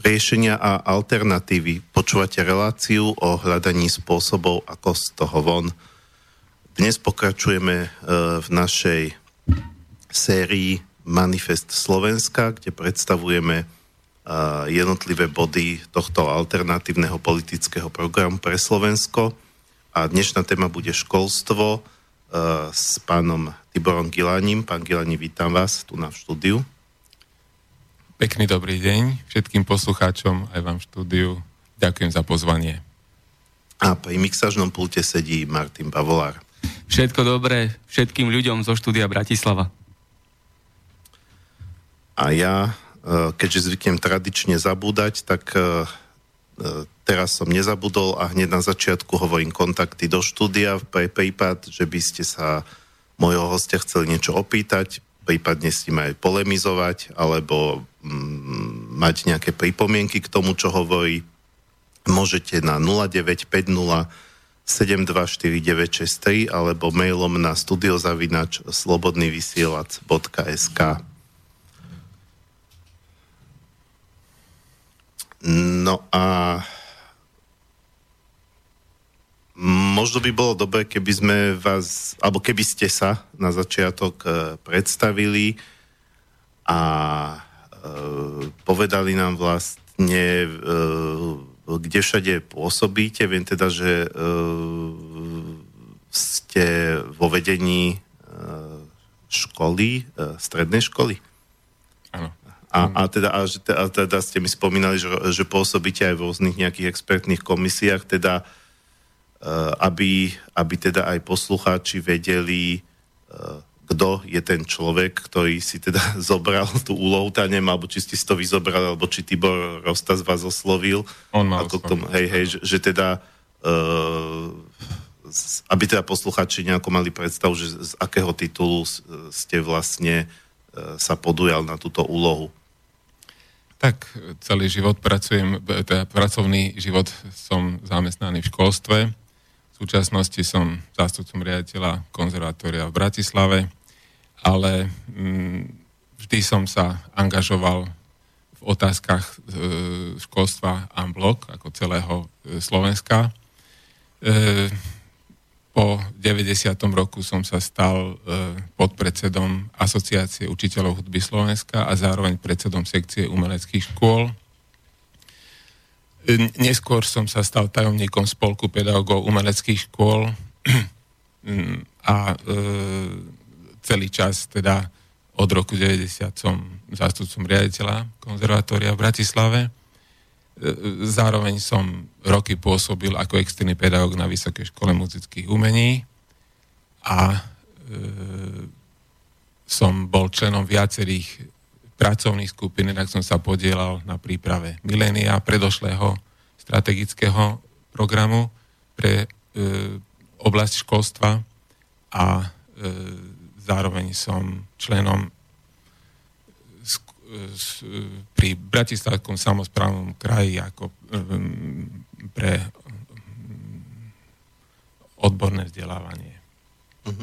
riešenia a alternatívy. Počúvate reláciu o hľadaní spôsobov, ako z toho von. Dnes pokračujeme v našej sérii Manifest Slovenska, kde predstavujeme jednotlivé body tohto alternatívneho politického programu pre Slovensko. A dnešná téma bude školstvo s pánom Tiborom Gilaním. Pán Gilani, vítam vás tu na štúdiu. Pekný dobrý deň všetkým poslucháčom aj vám v štúdiu. Ďakujem za pozvanie. A pri mixážnom pulte sedí Martin Bavolár. Všetko dobré všetkým ľuďom zo štúdia Bratislava. A ja, keďže zvyknem tradične zabúdať, tak teraz som nezabudol a hneď na začiatku hovorím kontakty do štúdia pre prípad, že by ste sa mojho hostia chceli niečo opýtať, prípadne s ním aj polemizovať, alebo mať nejaké pripomienky k tomu, čo hovorí, môžete na 0950 724963 alebo mailom na studio@slobodnyvysielac.sk. No a možno by bolo dobré, keby sme vás, alebo keby ste sa na začiatok predstavili a povedali nám vlastne, kde všade pôsobíte. Viem teda, že ste vo vedení školy, strednej školy. Áno. A teda ste mi spomínali, že pôsobíte aj v rôznych nejakých expertných komisiách, teda aby teda aj poslucháči vedeli, kto je ten človek, ktorý si teda zobral tú úlohu, alebo či ste si to vyzobrali, alebo či Tibor Rostas vás oslovil. On ma oslovil. Že teda aby teda poslucháči nejako mali predstavu, že z akého titulu ste vlastne sa podujal na túto úlohu. Tak celý život pracujem, teda pracovný život som zamestnaný v školstve. V súčasnosti som zástupcom riaditeľa konzervatória v Bratislave, ale vždy som sa angažoval v otázkach školstva en bloc, ako celého Slovenska. Po 90. roku som sa stal podpredsedom Asociácie učiteľov hudby Slovenska a zároveň predsedom sekcie umeleckých škôl. Neskôr som sa stal tajomníkom spolku pedagógov umeleckých škôl a celý čas, teda od roku 90 som zástupcom riaditeľa konzervatória v Bratislave. Zároveň som roky pôsobil ako externý pedagóg na Vysokej škole muzických umení a som bol členom viacerých pracovných skupín, tak som sa podielal na príprave milénia, predošlého strategického programu pre oblasť školstva a zároveň som členom pri Bratislavskom samosprávnom kraji ako pre odborné vzdelávanie. Uh-huh.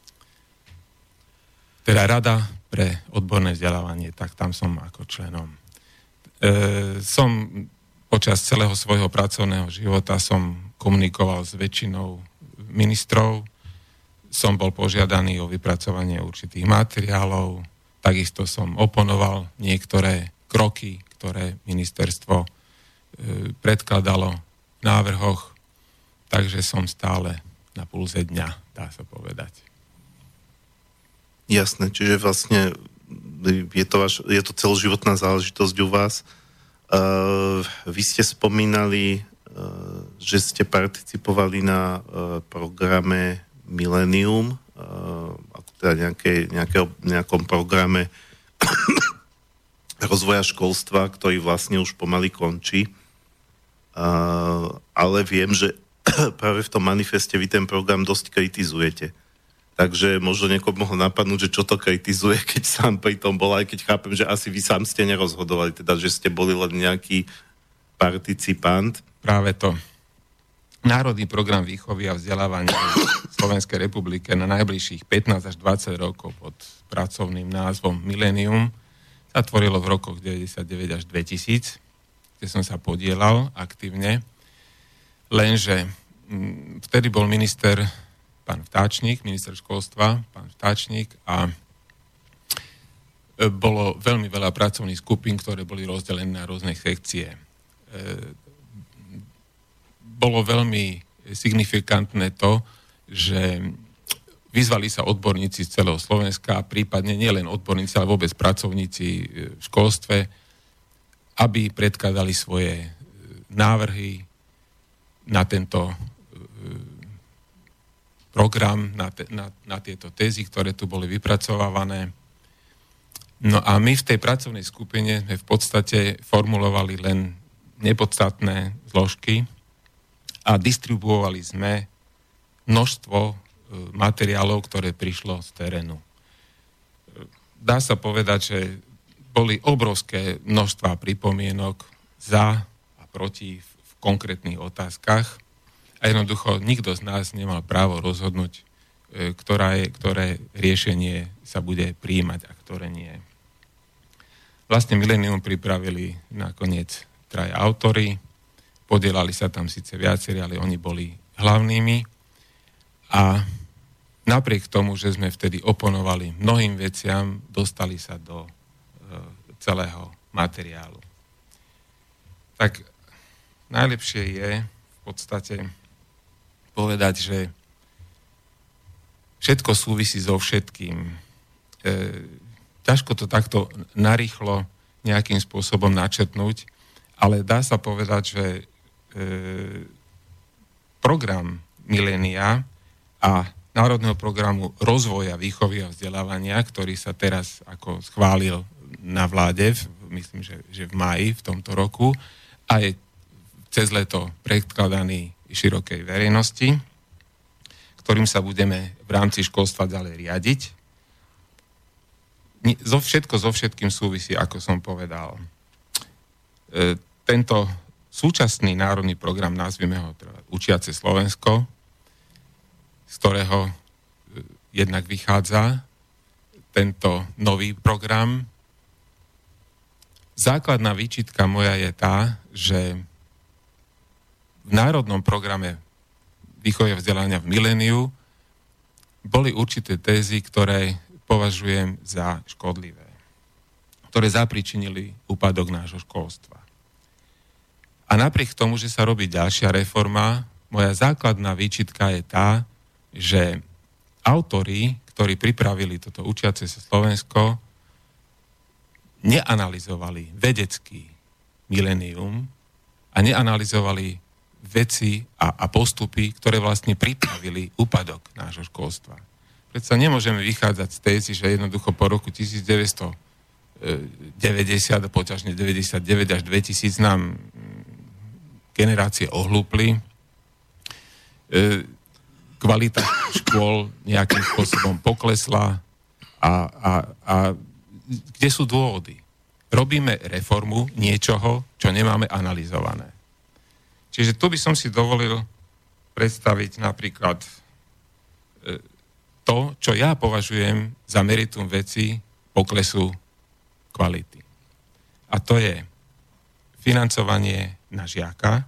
Teda Rada pre odborné vzdelávanie, tak tam som ako členom. Som počas celého svojho pracovného života som komunikoval s väčšinou ministrov, som bol požiadaný o vypracovanie určitých materiálov, takisto som oponoval niektoré kroky, ktoré ministerstvo predkladalo v návrhoch, takže som stále na pulze dňa, dá sa povedať. Jasné, čiže vlastne je to celoživotná záležitosť u vás. Vy ste spomínali, že ste participovali na programe Millennium, ako teda nejakom programe rozvoja školstva, ktorý vlastne už pomaly končí. Ale viem, že práve v tom manifeste vy ten program dosť kritizujete. Takže možno niekoho mohol napadnúť, že čo to kritizuje, keď sám pri tom bol, aj keď chápem, že asi vy sám ste nerozhodovali, teda, že ste boli len nejaký participant. Práve to. Národný program výchovy a vzdelávania v Slovenskej republike na najbližších 15 až 20 rokov pod pracovným názvom Millennium sa tvorilo v rokoch 99 až 2000 kde som sa podielal aktívne, lenže vtedy bol minister minister školstva, pán Vtáčnik, a bolo veľmi veľa pracovných skupín, ktoré boli rozdelené na rôzne sekcie. Bolo veľmi signifikantné to, že vyzvali sa odborníci z celého Slovenska, prípadne nielen odborníci, ale vôbec pracovníci v školstve, aby predkladali svoje návrhy na tento program, na tieto tézy, ktoré tu boli vypracovávané. No a my v tej pracovnej skupine sme v podstate formulovali len nepodstatné zložky a distribuovali sme množstvo materiálov, ktoré prišlo z terénu. Dá sa povedať, že boli obrovské množstvá pripomienok za a proti v konkrétnych otázkach a jednoducho nikto z nás nemal právo rozhodnúť, ktoré riešenie sa bude prijímať a ktoré nie. Vlastne Millennium pripravili nakoniec 3 autori, podielali sa tam síce viacerí, ale oni boli hlavnými a napriek tomu, že sme vtedy oponovali mnohým veciam, dostali sa do celého materiálu. Tak najlepšie je v podstate povedať, že všetko súvisí so všetkým. Ťažko to takto narýchlo nejakým spôsobom načrtnúť, ale dá sa povedať, že program Milénia a Národného programu rozvoja výchovy a vzdelávania, ktorý sa teraz ako schválil na vláde, myslím, že v máji v tomto roku, a je cez leto predkladaný širokej verejnosti, ktorým sa budeme v rámci školstva ďalej riadiť. Všetko so všetkým súvisí, ako som povedal. Tento súčasný národný program, nazvime ho Učiace Slovensko, z ktorého jednak vychádza tento nový program. Základná výčitka moja je tá, že v národnom programe výchovy a vzdelania v Miléniu boli určité tézy, ktoré považujem za škodlivé, ktoré zapričinili úpadok nášho školstva. A napriek tomu, že sa robí ďalšia reforma, moja základná výčitka je tá, že autori, ktorí pripravili toto Učiace sa Slovensko, neanalyzovali vedecký milénium a neanalyzovali veci a postupy, ktoré vlastne pripravili úpadok nášho školstva. Predsa nemôžeme vychádzať z tézy, že jednoducho po roku 1990, poťažne 99 až 2000 nám generácie ohlúpli, kvalita škôl nejakým spôsobom poklesla a kde sú dôvody? Robíme reformu niečoho, čo nemáme analyzované. Čiže tu by som si dovolil predstaviť napríklad to, čo ja považujem za meritum veci poklesu kvality. A to je financovanie na žiaka,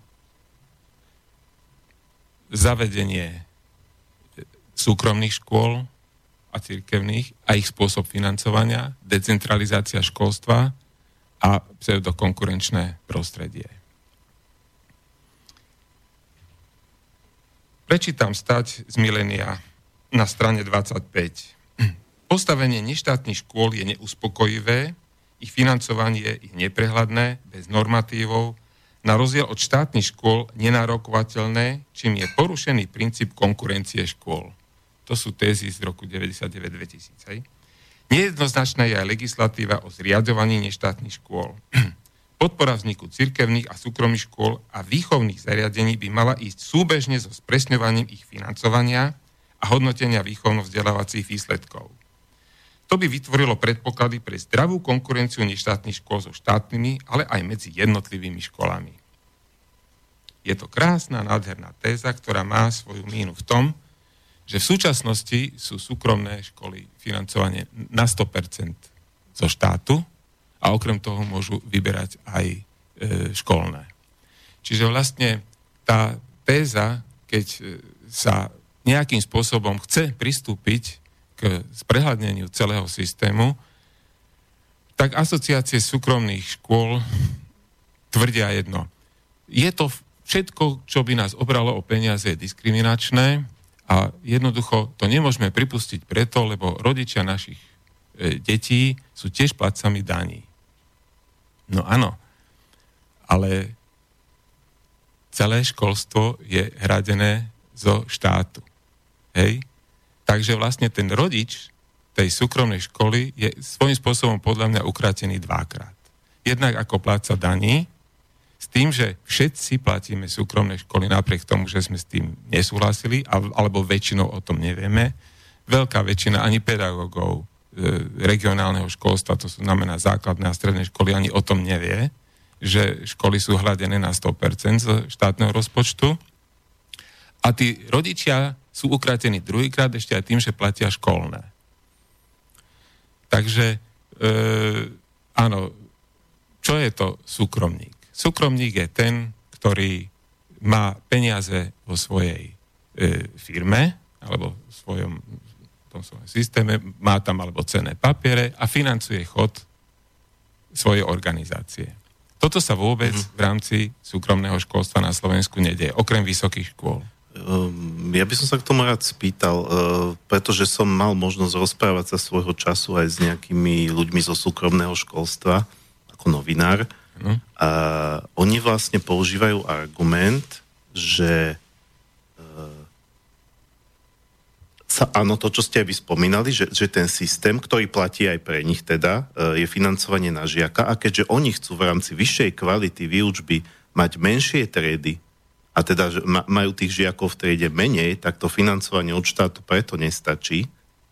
zavedenie súkromných škôl a cirkevných a ich spôsob financovania, decentralizácia školstva a pseudokonkurenčné prostredie. Prečítam stať z Milénia na strane 25. Postavenie neštátnych škôl je neuspokojivé, ich financovanie je neprehľadné, bez normatívov, na rozdiel od štátnych škôl nenárokovateľné, čím je porušený princíp konkurencie škôl. To sú tézy z roku 99-2000. Nejednoznačná je aj legislatíva o zriaďovaní neštátnych škôl. Podpora vzniku cirkevných a súkromných škôl a výchovných zariadení by mala ísť súbežne so spresňovaním ich financovania a hodnotenia výchovno-vzdelávacích výsledkov. To by vytvorilo predpoklady pre zdravú konkurenciu neštátnych škôl so štátnymi, ale aj medzi jednotlivými školami. Je to krásna, nádherná téza, ktorá má svoju mínu v tom, že v súčasnosti sú súkromné školy financované na 100% zo štátu a okrem toho môžu vyberať aj školné. Čiže vlastne tá téza, keď sa nejakým spôsobom chce pristúpiť k sprehľadneniu celého systému, tak asociácie súkromných škôl tvrdia jedno. Je to všetko, čo by nás obralo o peniaze, je diskriminačné a jednoducho to nemôžeme pripustiť preto, lebo rodičia našich detí sú tiež platcami daní. No áno, ale celé školstvo je hradené zo štátu. Hej? Takže vlastne ten rodič tej súkromnej školy je svojím spôsobom podľa mňa ukrátený dvakrát. Jednak ako pláca daní, s tým, že všetci platíme súkromné školy napriek tomu, že sme s tým nesúhlasili, alebo väčšinou o tom nevieme. Veľká väčšina ani pedagógov regionálneho školstva, to znamená základné a stredné školy, ani o tom nevie, že školy sú hradené na 100% z štátneho rozpočtu. A tí rodičia sú ukratení druhýkrát ešte aj tým, že platia školné. Takže, áno, čo je to súkromník? Súkromník je ten, ktorý má peniaze vo svojej firme, alebo v svojom systéme, má tam alebo cenné papiere a financuje chod svojej organizácie. Toto sa vôbec v rámci súkromného školstva na Slovensku nedieje, okrem vysokých škôl. Ja by som sa k tomu rád spýtal, pretože som mal možnosť rozprávať sa svojho času aj s nejakými ľuďmi zo súkromného školstva, ako novinár. A oni vlastne používajú argument, že áno, to, čo ste aj vy spomínali, že ten systém, ktorý platí aj pre nich teda, je financovanie na žiaka a keďže oni chcú v rámci vyššej kvality výučby mať menšie triedy a teda majú tých žiakov v triede menej, tak to financovanie od štátu preto nestačí.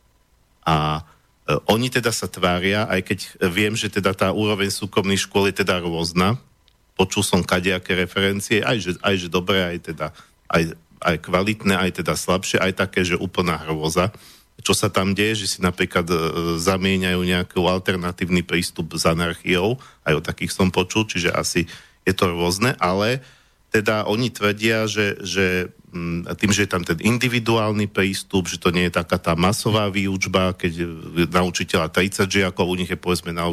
A oni teda sa tvária, aj keď viem, že teda tá úroveň súkromných škôl je teda rôzna, počul som kadejaké referencie, aj že dobré, aj teda aj kvalitné, aj teda slabšie, aj také, že úplná hrôza. Čo sa tam deje, že si napríklad zamieňajú nejaký alternatívny prístup s anarchiou, aj o takých som počul, čiže asi je to rôzne, ale teda oni tvrdia, že tým, že je tam ten individuálny prístup, že to nie je taká tá masová výučba, keď na učiteľa 30 žiakov, u nich je povedzme na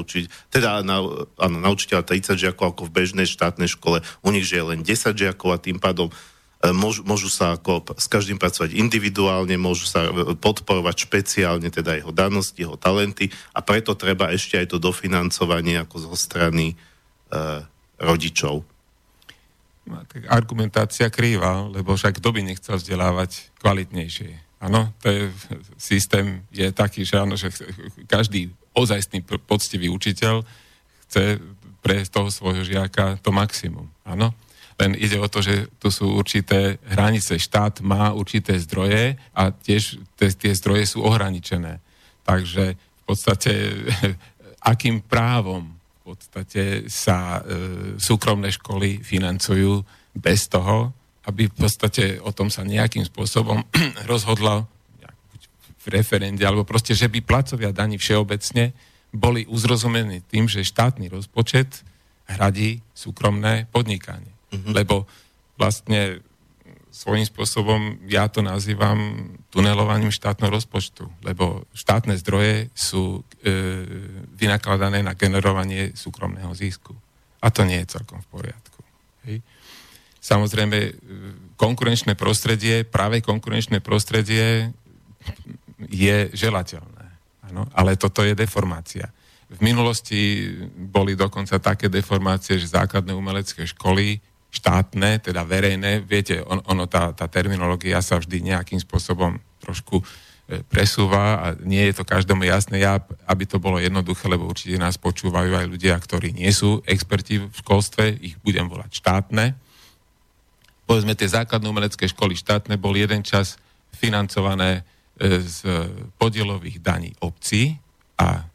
učiteľa 30 žiakov ako v bežnej štátnej škole, u nich že je len 10 žiakov a tým pádom môžu sa ako s každým pracovať individuálne, môžu sa podporovať špeciálne teda jeho danosti, jeho talenty a preto treba ešte aj to dofinancovanie ako zo strany rodičov. No, tak argumentácia krýva, lebo však kto by nechcel vzdelávať kvalitnejšie. Áno, to je, systém je taký, že áno, že každý ozajstný poctivý učiteľ chce pre toho svojho žiaka to maximum. Áno. Len ide o to, že tu sú určité hranice. Štát má určité zdroje a tiež tie zdroje sú ohraničené. Takže v podstate akým právom v podstate sa súkromné školy financujú bez toho, aby v podstate o tom sa nejakým spôsobom rozhodlo v referende, alebo proste, že by placovia daní všeobecne boli uzrozumení tým, že štátny rozpočet hradí súkromné podnikanie. Lebo vlastne svojím spôsobom ja to nazývam tunelovaním štátneho rozpočtu, lebo štátne zdroje sú vynakladané na generovanie súkromného zisku. A to nie je celkom v poriadku. Hej. Samozrejme, konkurenčné prostredie, práve konkurenčné prostredie je želateľné. Áno? Ale toto je deformácia. V minulosti boli dokonca také deformácie, že základné umelecké školy štátne, teda verejné, viete, tá terminológia sa vždy nejakým spôsobom trošku presúva a nie je to každomu jasné. Aby to bolo jednoduché, lebo určite nás počúvajú aj ľudia, ktorí nie sú experti v školstve, ich budem volať štátne. Povedzme, tie základné umelecké školy štátne boli jeden čas financované z podielových daní obcí a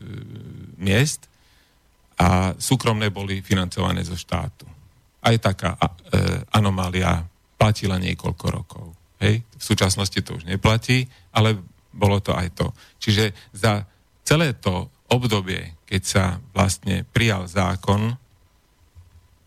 miest a súkromné boli financované zo štátu. Aj taká anomália platila niekoľko rokov. Hej? V súčasnosti to už neplatí, ale bolo to aj to. Čiže za celé to obdobie, keď sa vlastne prijal zákon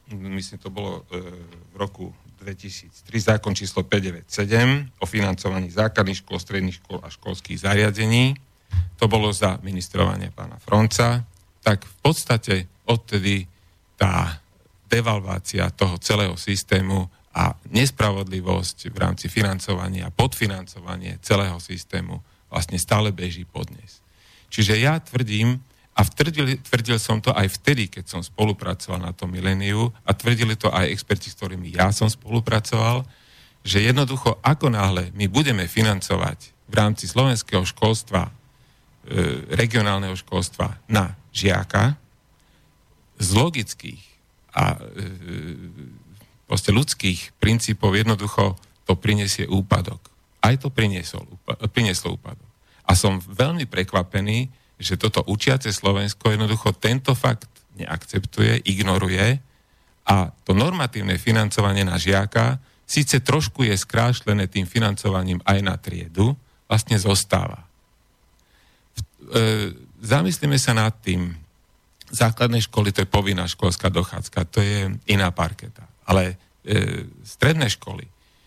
myslím, to bolo v roku 2003, zákon číslo 597 o financovaní základných škôl, stredných škôl a školských zariadení. To bolo za ministrovanie pána Fronca. Tak v podstate odtedy tá devalvácia toho celého systému a nespravodlivosť v rámci financovania, podfinancovanie celého systému vlastne stále beží podnes. Čiže ja tvrdím, a tvrdil som to aj vtedy, keď som spolupracoval na tom miléniu a tvrdili to aj experti, s ktorými ja som spolupracoval, že jednoducho ako náhle my budeme financovať v rámci slovenského školstva, regionálneho školstva na žiaka, z logických a proste ľudských princípov jednoducho to prinesie úpadok. Aj to prinieslo úpadok. A som veľmi prekvapený, že toto učiace Slovensko jednoducho tento fakt neakceptuje, ignoruje a to normatívne financovanie na žiaka síce trošku je skrášlené tým financovaním aj na triedu, vlastne zostáva. Zamyslíme sa nad tým. Základné školy, to je povinná školská dochádzka, to je iná parketa. Ale stredné školy,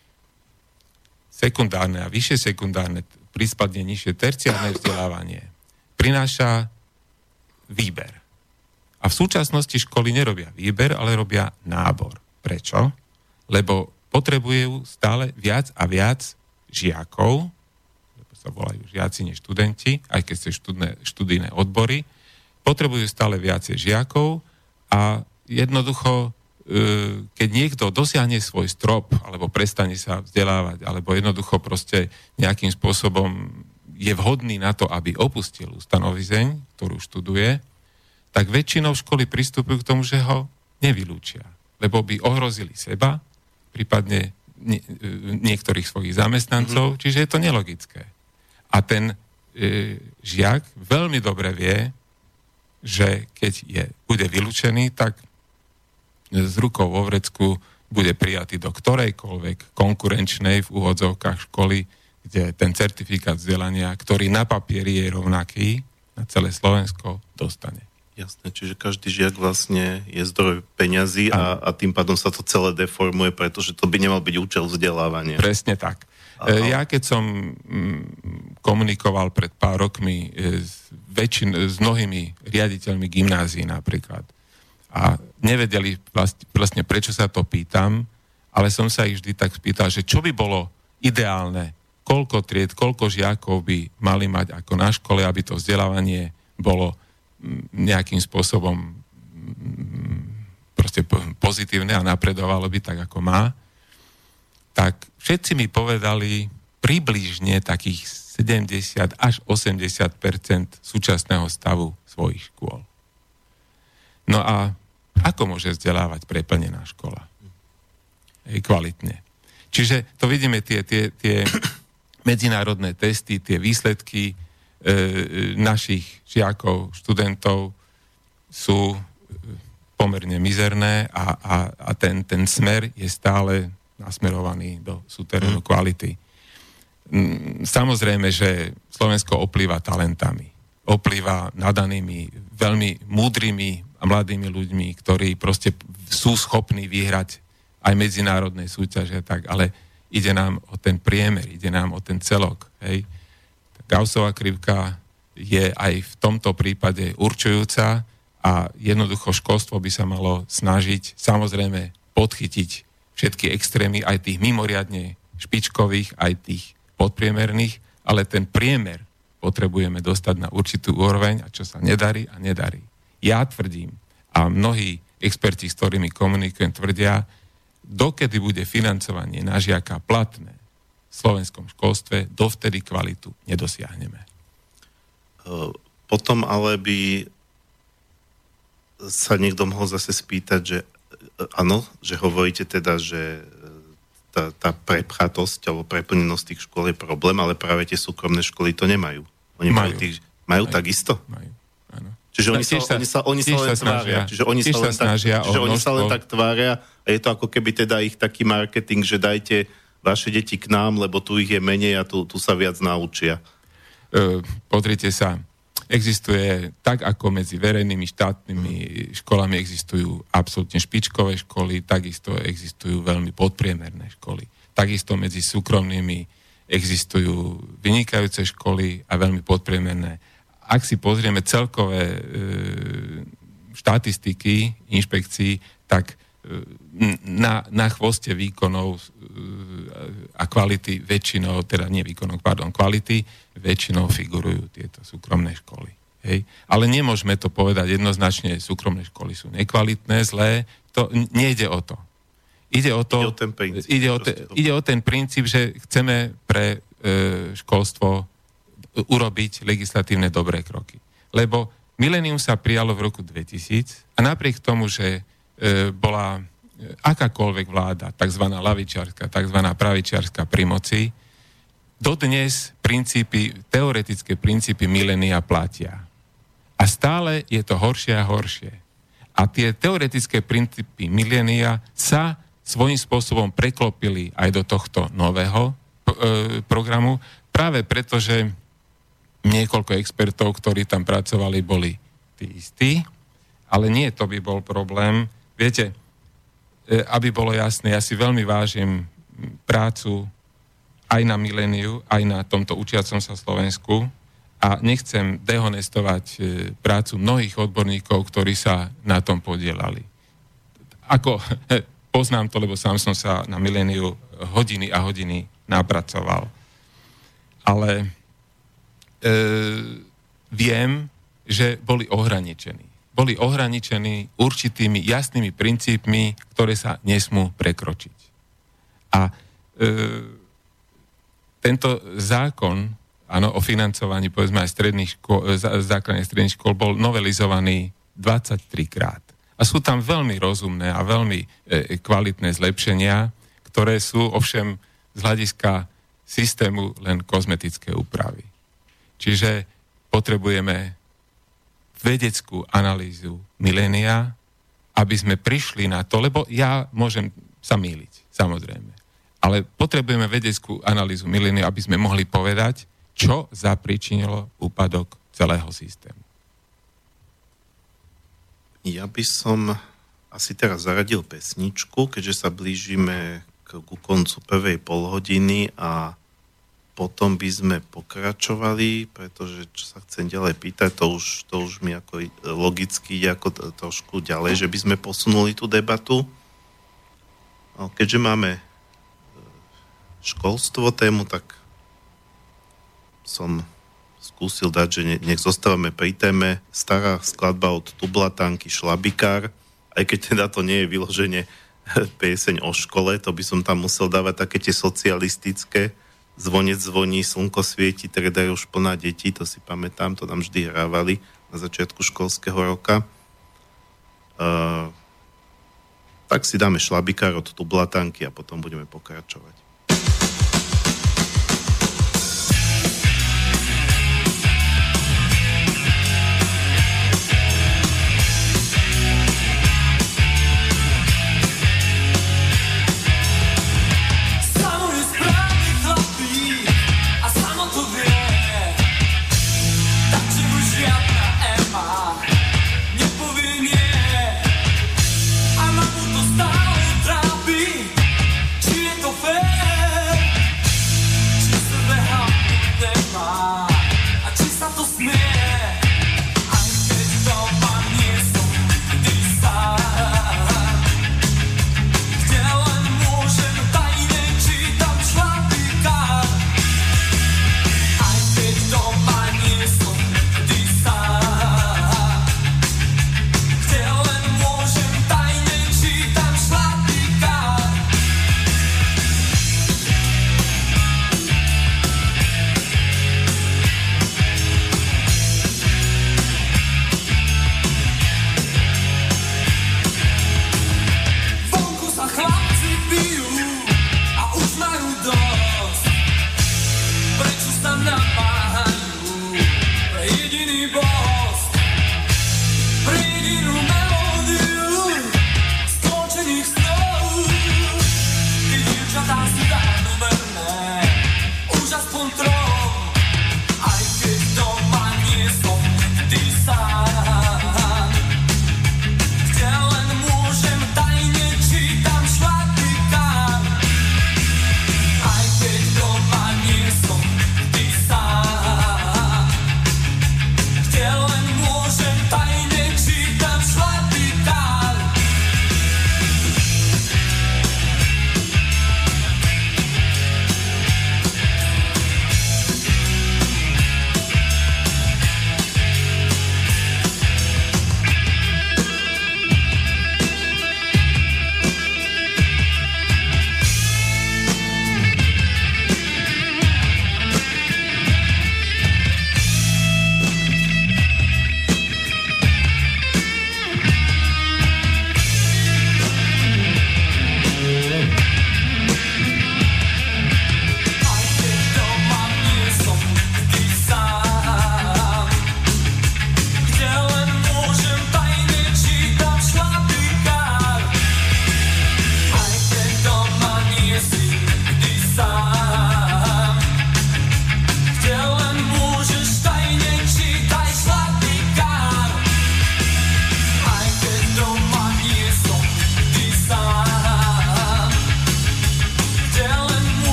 sekundárne a vyššie sekundárne, prípadne nižšie terciárne vzdelávanie, prináša výber. A v súčasnosti školy nerobia výber, ale robia nábor. Prečo? Lebo potrebujú stále viac a viac žiakov, lebo sa volajú žiaci, než študenti, aj keď sú študijné odbory, potrebujú stále viacej žiakov a jednoducho, keď niekto dosiahne svoj strop, alebo prestane sa vzdelávať, alebo jednoducho proste nejakým spôsobom je vhodný na to, aby opustil ustanovizeň, ktorú študuje, tak väčšinou školy pristupujú k tomu, že ho nevylúčia. Lebo by ohrozili seba, prípadne niektorých svojich zamestnancov, čiže je to nelogické. A ten žiak veľmi dobre vie, že keď bude vylúčený, tak z rukou vo vrecku bude prijatý do ktorejkoľvek konkurenčnej v úvodzovkách školy, kde ten certifikát vzdelania, ktorý na papieri je rovnaký na celé Slovensko, dostane. Jasné, čiže každý žiak vlastne je zdroj peňazí a tým pádom sa to celé deformuje, pretože to by nemal byť účel vzdelávania. Presne tak. Ja keď som komunikoval pred pár rokmi s mnohými riaditeľmi gymnázií napríklad a nevedeli vlastne prečo sa to pýtam, ale som sa ich vždy tak spýtal, že čo by bolo ideálne, koľko tried, koľko žiakov by mali mať ako na škole, aby to vzdelávanie bolo nejakým spôsobom proste pozitívne a napredovalo by tak, ako má. Tak všetci mi povedali približne takých 70 až 80% súčasného stavu svojich škôl. No a ako môže vzdelávať preplnená škola? Kvalitne. Čiže to vidíme tie medzinárodné testy, tie výsledky našich žiakov, študentov sú pomerne mizerné a ten smer je stále nasmerovaný do súterénu kvality. Samozrejme, že Slovensko oplýva talentami. Oplýva nadanými, veľmi múdrymi a mladými ľuďmi, ktorí proste sú schopní vyhrať aj medzinárodné súťaže, tak, ale ide nám o ten priemer, ide nám o ten celok. Hej. Gaussova krivka je aj v tomto prípade určujúca a jednoducho školstvo by sa malo snažiť samozrejme podchytiť všetky extrémy, aj tých mimoriadne špičkových, aj tých podpriemerných, ale ten priemer potrebujeme dostať na určitú úroveň a čo sa nedarí a nedarí. Ja tvrdím a mnohí experti, s ktorými komunikujem, tvrdia, dokedy bude financovanie na žiaka platné v slovenskom školstve, dovtedy kvalitu nedosiahneme. Potom ale by sa niekto mohol zase spýtať, že áno, že hovoríte teda, že tá prepchatosť alebo preplnenosť tých škôl je problém, ale práve tie súkromné školy to nemajú. Oni majú takisto? Majú, áno. Čiže oni sa len tvária. Čiže oni sa len tak tvária a je to ako keby teda ich taký marketing, že dajte vaše deti k nám, lebo tu ich je menej a tu sa viac naučia. Pozrite sa, Existuje tak, ako medzi verejnými štátnymi školami existujú absolútne špičkové školy, takisto existujú veľmi podpriemerné školy. Takisto medzi súkromnými existujú vynikajúce školy a veľmi podpriemerné. Ak si pozrieme celkové štatistiky inšpekcií, tak na chvoste výkonov a kvality väčšinou, teda nie výkonov, pardon, kvality väčšinou figurujú tieto súkromné školy. Hej? Ale nemôžeme to povedať jednoznačne, súkromné školy sú nekvalitné, zlé, to nejde o to. Ide o ten princíp, že chceme pre školstvo urobiť legislatívne dobré kroky. Lebo milénium sa prijalo v roku 2000 a napriek tomu, že bola akákoľvek vláda, takzvaná lavičiarska, takzvaná pravičiarska pri moci, dodnes teoretické princípy milénia platia. A stále je to horšie a horšie. A tie teoretické princípy milénia sa svojím spôsobom preklopili aj do tohto nového programu, práve preto, že niekoľko expertov, ktorí tam pracovali, boli tí istí, ale nie to by bol problém. Viete, aby bolo jasné, ja si veľmi vážim prácu aj na miléniu, aj na tomto učiacom sa Slovensku a nechcem dehonestovať prácu mnohých odborníkov, ktorí sa na tom podielali. Poznám to, lebo sám som sa na miléniu hodiny a hodiny napracoval. Ale viem, že boli ohraničení. Boli ohraničení určitými jasnými princípmi, ktoré sa nesmú prekročiť. A tento zákon, áno, o financovaní, povedzme aj základných stredných škôl, bol novelizovaný 23 krát. A sú tam veľmi rozumné a veľmi kvalitné zlepšenia, ktoré sú ovšem z hľadiska systému len kozmetické úpravy. Čiže potrebujeme vedeckú analýzu milénia, aby sme prišli na to, lebo ja môžem sa mýliť, samozrejme. Ale potrebujeme vedeckú analýzu milénia, aby sme mohli povedať, čo zapričinilo úpadok celého systému. Ja by som asi teraz zaradil pesničku, keďže sa blížime ku koncu prvej polhodiny a potom by sme pokračovali, pretože čo sa chcem ďalej pýtať, to už mi ako logicky ide ako trošku ďalej, že by sme posunuli tú debatu. Keďže máme školstvo tému, tak som skúsil dať, že nech zostávame pri téme stará skladba od Tublatánky Šlabikár, aj keď teda to nie je vyloženie pieseň o škole, to by som tam musel dávať také tie socialistické. Zvonec zvoní, slnko svieti, treda je už plná detí, to si pamätám, to nám vždy hrávali na začiatku školského roka. Tak si dáme Šlabikár od Tublatánky a potom budeme pokračovať. Stále trápi, či je to fér?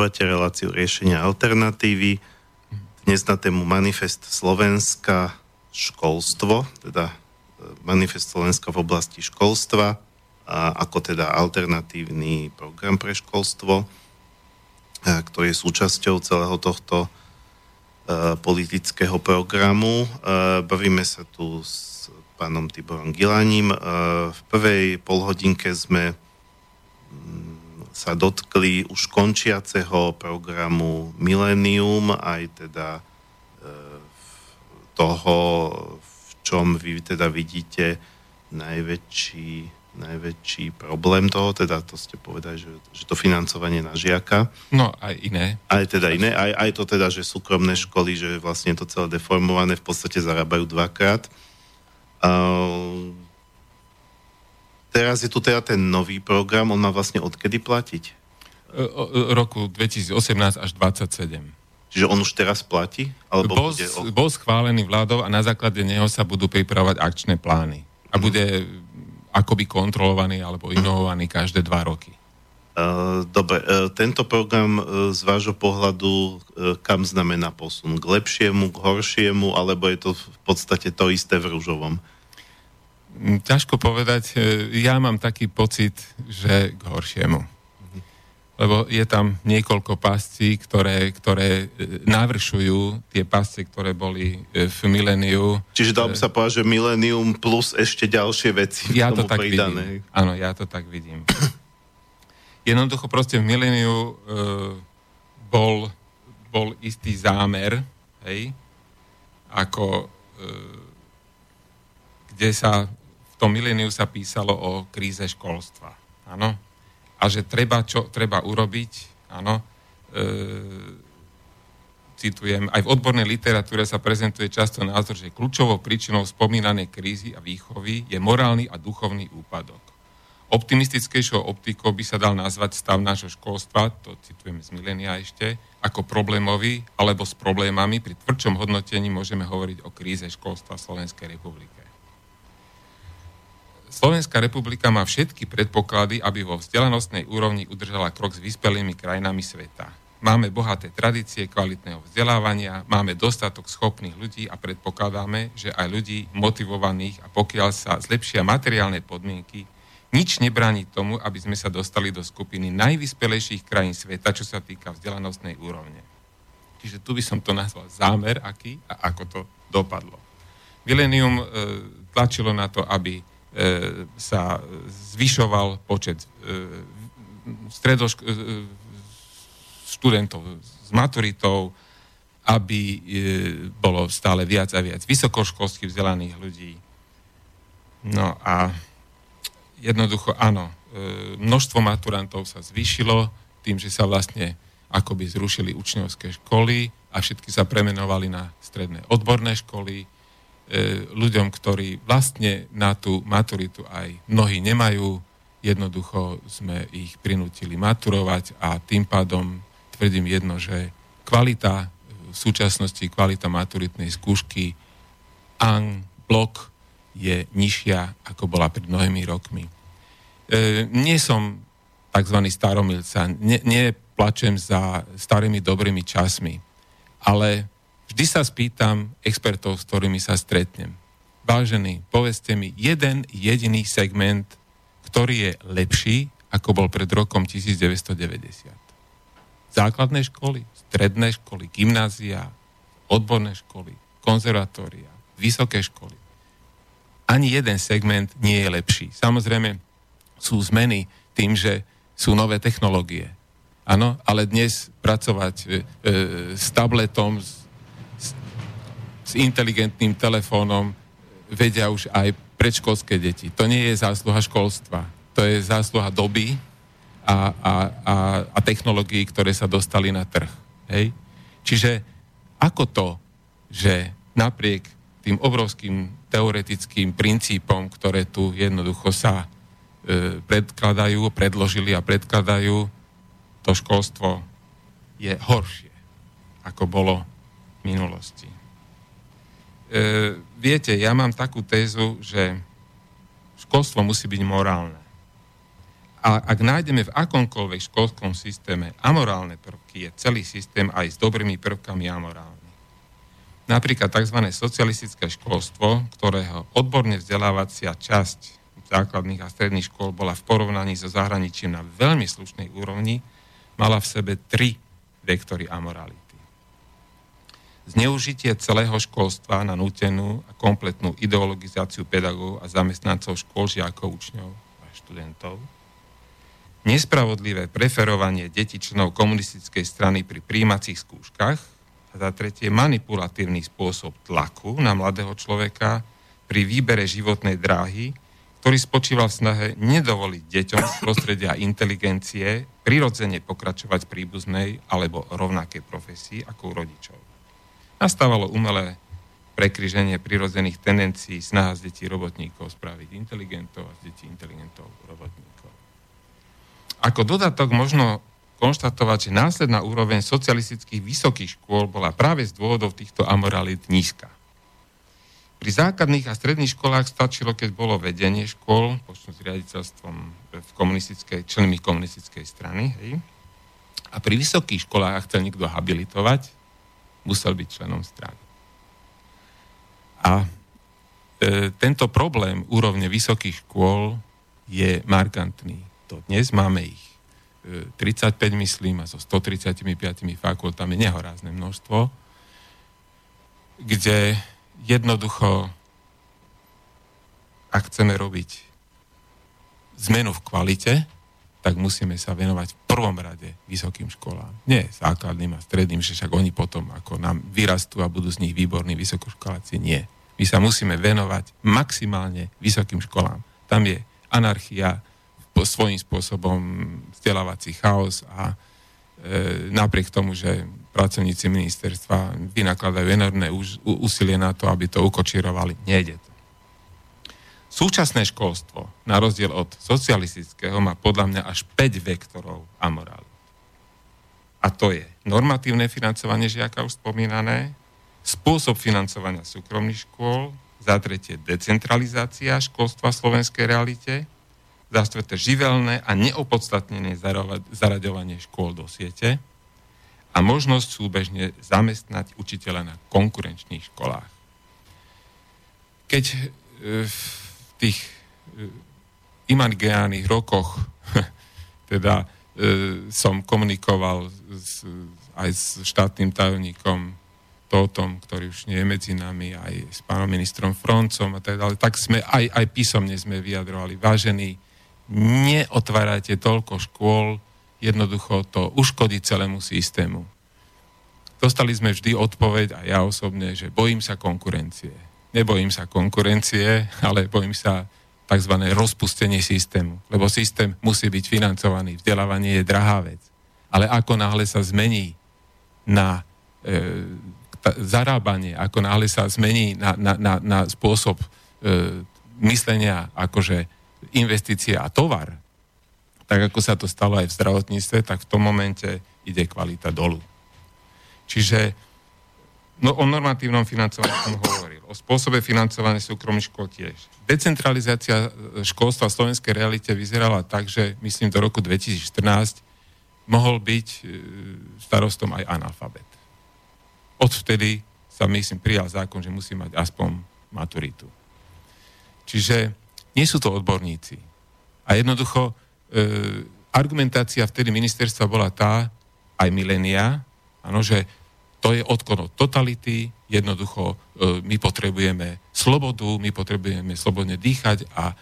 Počúvate reláciu riešenia alternatívy. Dnes na tému Manifest Slovenska školstvo, teda Manifest Slovenska v oblasti školstva, a ako teda alternatívny program pre školstvo, ktorý je súčasťou celého tohto politického programu. Bavíme sa tu s pánom Tiborom Gilaním. V prvej polhodinke sme sa dotkli už končiaceho programu Millennium, aj teda toho, v čom vy teda vidíte najväčší problém toho, teda to ste povedali, že to financovanie na žiaka. No, aj iné. Aj teda iné, aj to teda, že súkromné školy, že vlastne to celé deformované, v podstate zarábajú dvakrát. Teraz je tu teda ten nový program, on má vlastne odkedy platiť? Roku 2018 až 2027. Čiže on už teraz platí? Alebo bol schválený vládou a na základe neho sa budú pripravovať akčné plány. A bude akoby kontrolovaný alebo inovovaný každé 2 roky. Dobre, tento program z vášho pohľadu kam znamená posun? K lepšiemu, k horšiemu, alebo je to v podstate to isté v ružovom? Ťažko povedať. Ja mám taký pocit, že k horšiemu. Lebo je tam niekoľko pascí, ktoré navršujú tie pasce, ktoré boli v miléniu. Čiže dalo by sa povedať, že milénium plus ešte ďalšie veci ja tomu to tak pridané. Vidím. Áno, ja to tak vidím. Jednoducho proste v miléniu bol istý zámer, hej, ako kde sa v tom miléniu sa písalo o kríze školstva. Áno. A že čo treba urobiť, áno, citujem, aj v odbornej literatúre sa prezentuje často názor, že kľúčovou príčinou spomínanej krízy a výchovy je morálny a duchovný úpadok. Optimistickejšou optikou by sa dal nazvať stav nášho školstva, to citujem z milénia ešte, ako problémový, alebo s problémami. Pri tvrdšom hodnotení môžeme hovoriť o kríze školstva v Slovenskej republike. Slovenská republika má všetky predpoklady, aby vo vzdelanostnej úrovni udržala krok s vyspelými krajinami sveta. Máme bohaté tradície kvalitného vzdelávania, máme dostatok schopných ľudí a predpokladáme, že aj ľudí motivovaných, a pokiaľ sa zlepšia materiálne podmienky, nič nebráni tomu, aby sme sa dostali do skupiny najvyspelejších krajín sveta, čo sa týka vzdelanostnej úrovne. Čiže tu by som to nazval zámer, aký a ako to dopadlo. Milénium tlačilo na to, aby sa zvyšoval počet študentov s maturitou, aby bolo stále viac a viac vysokoškolsky vzdelaných ľudí. No a jednoducho áno, množstvo maturantov sa zvýšilo tým, že sa vlastne akoby zrušili učňovské školy a všetky sa premenovali na stredné odborné školy. Ľuďom, ktorí vlastne na tú maturitu aj mnohí nemajú, jednoducho sme ich prinútili maturovať a tým pádom tvrdím jedno, že kvalita v súčasnosti, kvalita maturitnej skúšky en bloc je nižšia, ako bola pred mnohými rokmi. Nie som takzvaný staromilca, neplačem za starými dobrými časmi, ale vždy sa spýtam expertov, s ktorými sa stretnem. Vážení, povedzte mi jeden jediný segment, ktorý je lepší, ako bol pred rokom 1990. Základné školy, stredné školy, gymnázia, odborné školy, konzervatória, vysoké školy. Ani jeden segment nie je lepší. Samozrejme, sú zmeny tým, že sú nové technológie. Áno, ale dnes pracovať s tabletom, s inteligentným telefónom vedia už aj predškolské deti. To nie je zásluha školstva. To je zásluha doby a technológií, ktoré sa dostali na trh. Hej? Čiže ako to, že napriek tým obrovským teoretickým princípom, ktoré tu jednoducho sa predložili a predkladajú, to školstvo je horšie, ako bolo v minulosti. Viete, ja mám takú tézu, že školstvo musí byť morálne. A ak nájdeme v akomkoľvek školskom systéme amorálne prvky, je celý systém aj s dobrými prvkami amorálny. Napríklad tzv. Socialistické školstvo, ktorého odborne vzdelávacia časť základných a stredných škôl bola v porovnaní so zahraničím na veľmi slušnej úrovni, mala v sebe 3 vektory amorality. Zneužitie celého školstva na nútenú a kompletnú ideologizáciu pedagógov a zamestnancov škôl, žiakov, učňov a študentov. Nespravodlivé preferovanie detí členov komunistickej strany pri prijímacích skúškach. A za tretie, manipulatívny spôsob tlaku na mladého človeka pri výbere životnej dráhy, ktorý spočíval v snahe nedovoliť deťom z prostredia inteligencie prirodzene pokračovať v príbuznej alebo rovnakej profesii ako u rodičov. Nastávalo umelé prekryženie prirodzených tendencií, snaha z detí robotníkov spraviť inteligentov a z detí inteligentov robotníkov. Ako dodatok možno konštatovať, že následná úroveň socialistických vysokých škôl bola práve z dôvodov týchto amoralít nízka. Pri základných a stredných školách stačilo, keď bolo vedenie škôl, počnú s riaditeľstvom členmi komunistickej strany, hej? A pri vysokých školách, ak chcel niekto habilitovať, musel byť členom strany. A tento problém úrovne vysokých škôl je markantný. Dnes máme ich 35, myslím, a so 135 fakultami nehorázne množstvo, kde jednoducho, ak chceme robiť zmenu v kvalite, tak musíme sa venovať v prvom rade vysokým školám. Nie základným a stredným, že však oni potom ako nám vyrastú a budú z nich výborní vysokoškoláci. Nie. My sa musíme venovať maximálne vysokým školám. Tam je anarchia, svojím spôsobom vzdelávací chaos a napriek tomu, že pracovníci ministerstva vynakladajú enormné úsilie na to, aby to ukočírovali, nejde to. Súčasné školstvo, na rozdiel od socialistického, má podľa mňa až 5 vektorov amorálu. A to je normatívne financovanie žiaka, už spomínané, spôsob financovania súkromných škôl, za tretie decentralizácia školstva v slovenskej realite, za štvrté živelné a neopodstatnené zaraďovanie škôl do siete a možnosť súbežne zamestnať učiteľa na konkurenčných školách. Keď v tých imaginárnych rokoch teda som komunikoval aj s štátnym tajomníkom Tótom, ktorý už nie je medzi nami, aj s pánom ministrom Froncom a tak sme aj písomne sme vyjadrovali, vážení, neotvárajte toľko škôl, jednoducho to uškodí celému systému. Dostali sme vždy odpoveď, a ja osobne, že bojím sa konkurencie. Nebojím sa konkurencie, ale bojím sa tzv. Rozpustenie systému. Lebo systém musí byť financovaný. Vzdelávanie je drahá vec. Ale ako náhle sa zmení na zarábanie, ako náhle sa zmení na spôsob myslenia, akože investície a tovar, tak ako sa to stalo aj v zdravotníctve, tak v tom momente ide kvalita dolu. Čiže o normatívnom financovaní som hovoril, o spôsobe financovania súkromných škôl tiež. Decentralizácia školstva v slovenskej realite vyzerala tak, že myslím do roku 2014 mohol byť starostom aj analfabet. Odvtedy sa myslím prijal zákon, že musí mať aspoň maturitu. Čiže nie sú to odborníci. A jednoducho argumentácia vtedy ministerstva bola tá, aj milénia, áno, že to je odklon od totality, jednoducho my potrebujeme slobodu, my potrebujeme slobodne dýchať a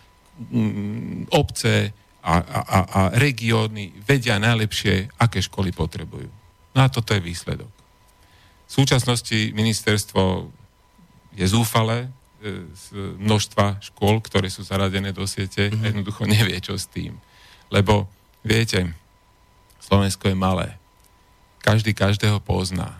obce a regióny vedia najlepšie, aké školy potrebujú. No a toto je výsledok. V súčasnosti ministerstvo je zúfale z množstva škôl, ktoré sú zaradené do siete, jednoducho nevie, čo s tým. Lebo, viete, Slovensko je malé. Každý každého pozná.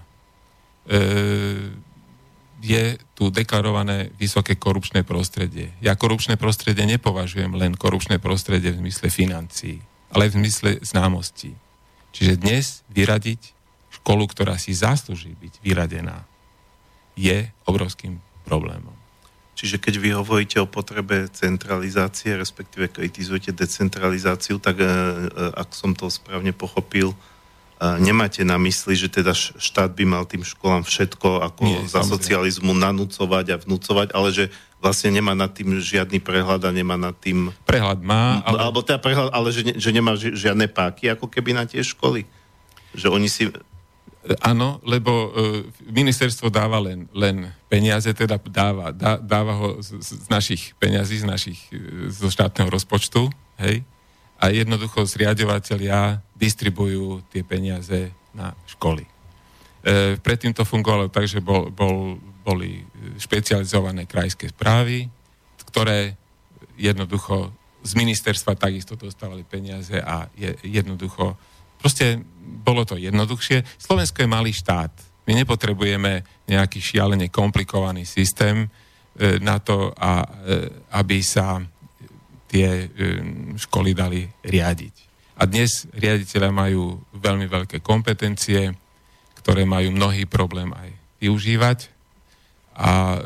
Je tu deklarované vysoké korupčné prostredie. Ja korupčné prostredie nepovažujem len korupčné prostredie v zmysle financií, ale v zmysle známostí. Čiže dnes vyradiť školu, ktorá si zaslúži byť vyradená, je obrovským problémom. Čiže keď vy hovoríte o potrebe centralizácie, respektíve kritizujete decentralizáciu, tak ak som to správne pochopil, nemáte na mysli, že teda štát by mal tým školám všetko ako za socializmu nanúcovať a vnúcovať, ale že vlastne nemá nad tým žiadny prehľad a nemá nad tým... Prehľad má, ale... Alebo teda prehľad, ale že nemá žiadne páky ako keby na tie školy. Že oni si... Áno, lebo ministerstvo dáva len peniaze, teda dáva ho z našich peňazí, zo štátneho rozpočtu, hej? A jednoducho zriaďovatelia distribujú tie peniaze na školy. Predtým to fungovalo tak, že boli špecializované krajské správy, ktoré jednoducho z ministerstva takisto dostávali peniaze a jednoducho proste bolo to jednoduchšie. Slovensko je malý štát. My nepotrebujeme nejaký šialene komplikovaný systém na to, aby sa tie školy dali riadiť. A dnes riaditeľia majú veľmi veľké kompetencie, ktoré majú mnohý problém aj využívať. A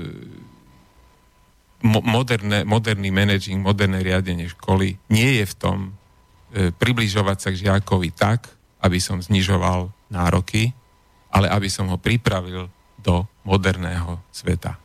moderný managing, moderné riadenie školy nie je v tom približovať sa k žiakovi tak, aby som znižoval nároky, ale aby som ho pripravil do moderného sveta.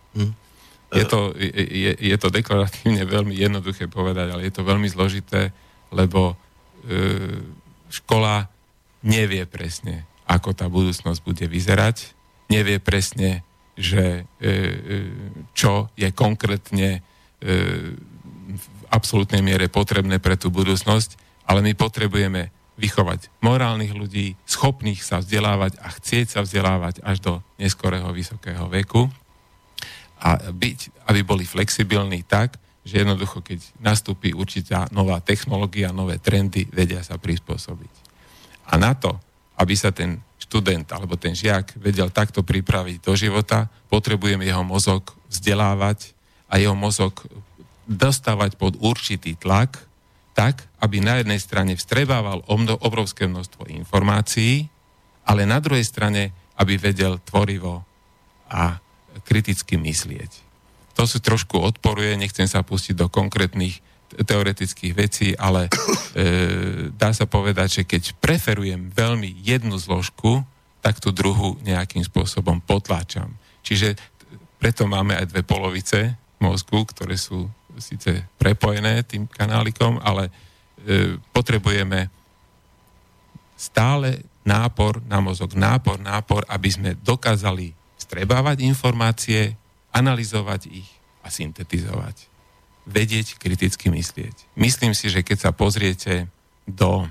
Je to deklaratívne veľmi jednoduché povedať, ale je to veľmi zložité, lebo škola nevie presne, ako tá budúcnosť bude vyzerať, nevie presne, že čo je konkrétne v absolútnej miere potrebné pre tú budúcnosť, ale my potrebujeme vychovať morálnych ľudí, schopných sa vzdelávať a chcieť sa vzdelávať až do neskorého vysokého veku a aby boli flexibilní tak, že jednoducho, keď nastúpi určitá nová technológia, nové trendy, vedia sa prispôsobiť. A na to, aby sa ten študent alebo ten žiak vedel takto pripraviť do života, potrebujeme jeho mozog vzdelávať a jeho mozog dostávať pod určitý tlak, tak, aby na jednej strane vstrebával obrovské množstvo informácií, ale na druhej strane, aby vedel tvorivo a kriticky myslieť. To si trošku odporuje, nechcem sa pustiť do konkrétnych teoretických vecí, ale dá sa povedať, že keď preferujem veľmi jednu zložku, tak tú druhú nejakým spôsobom potláčam. Čiže preto máme aj dve polovice mozgu, ktoré sú síce prepojené tým kanálikom, ale potrebujeme stále nápor na mozog, nápor, aby sme dokázali vstrebávať informácie, analyzovať ich a syntetizovať. Vedieť, kriticky myslieť. Myslím si, že keď sa pozriete do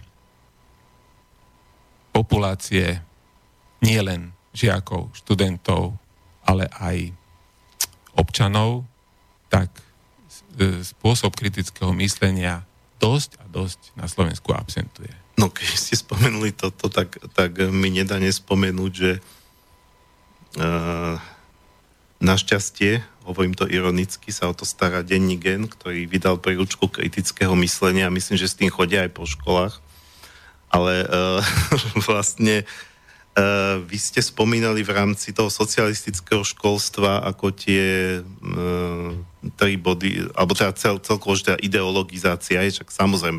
populácie nielen žiakov, študentov, ale aj občanov, tak spôsob kritického myslenia dosť na Slovensku absentuje. No keď ste spomenuli toto, tak mi nedá nespomenúť, že našťastie, hovorím to ironicky, sa o to stará denní Gen, ktorý vydal príručku kritického myslenia. Myslím, že s tým chodia aj po školách. Ale vlastne vy ste spomínali v rámci toho socialistického školstva ako tie 3 body, alebo teda celkovo, že tá ideologizácia je, však samozrejme,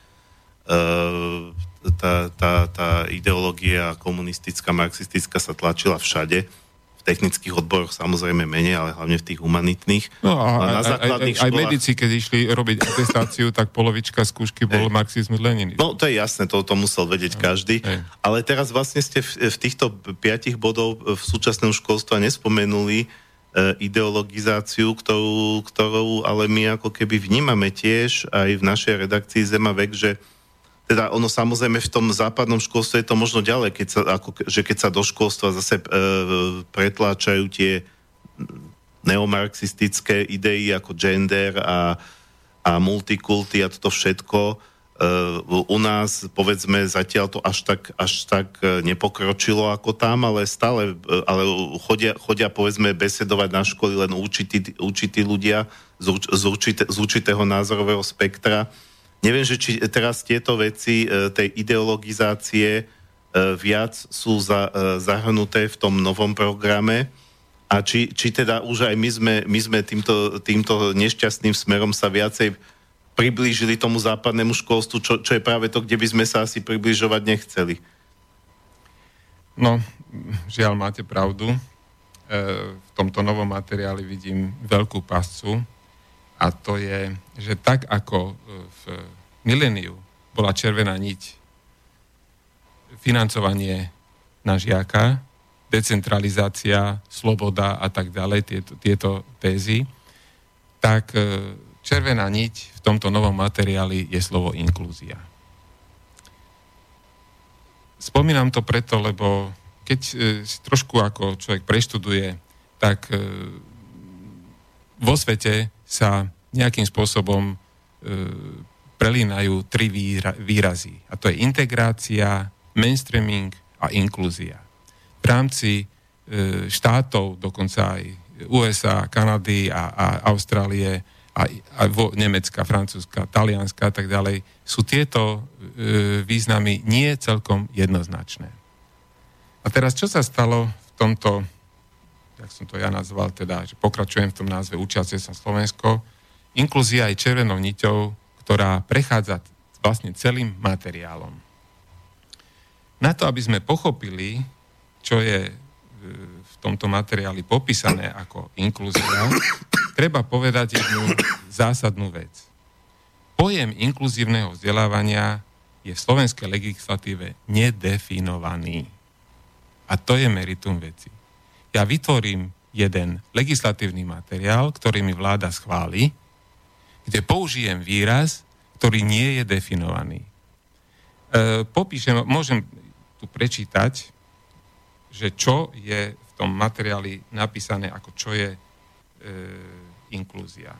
tá ideológia komunistická, marxistická sa tlačila všade, v technických odboroch samozrejme menej, ale hlavne v tých humanitných. No a na základných školách... Aj medici, keď išli robiť atestáciu, tak polovička skúšky bol marxizmus Lenin. No to je jasné, to musel vedieť každý. Ale teraz vlastne ste v týchto 5 bodov v súčasnom školstve nespomenuli ideologizáciu, ktorú ale my ako keby vnímame tiež aj v našej redakcii Zemavek, že teda ono samozrejme v tom západnom školstve je to možno ďalej, keď sa do školstva zase pretláčajú tie neomarxistické idei ako gender a multikulty a toto všetko. U nás, povedzme, zatiaľ to až tak nepokročilo ako tam, ale stále chodia povedzme besedovať na školy len určití ľudia z určitého názorového spektra. Neviem, že či teraz tieto veci tej ideologizácie viac sú zahrnuté v tom novom programe, A či teda už aj my sme týmto nešťastným smerom sa viacej priblížili tomu západnému školstvu, čo je práve to, kde by sme sa asi približovať nechceli. No, žiaľ, máte pravdu. V tomto novom materiáli vidím veľkú pascu a to je, že tak ako v miléniu bola červená niť financovanie na žiaka, decentralizácia, sloboda a tak ďalej, tieto tézy, tak červená niť v tomto novom materiáli je slovo inklúzia. Spomínam to preto, lebo keď si trošku ako človek preštuduje, tak vo svete sa nejakým spôsobom prelínajú tri výrazy. A to je integrácia, mainstreaming a inklúzia. V rámci štátov, dokonca aj USA, Kanady a Austrálie, a Nemecka, Francúzska, Talianska a tak ďalej, sú tieto významy nie celkom jednoznačné. A teraz, čo sa stalo v tomto, jak som to ja nazval, teda, že pokračujem v tom názve Učiace sa Slovensko, inklúzia je červenou niťou, ktorá prechádza vlastne celým materiálom. Na to, aby sme pochopili, čo je v tomto materiáli popísané ako inklúzia, treba povedať jednu zásadnú vec. Pojem inkluzívneho vzdelávania je v slovenskej legislatíve nedefinovaný. A to je meritum veci. Ja vytvorím jeden legislatívny materiál, ktorý mi vláda schváli, kde použijem výraz, ktorý nie je definovaný. Môžem tu prečítať, že čo je v tom materiáli napísané, ako čo je inklúzia.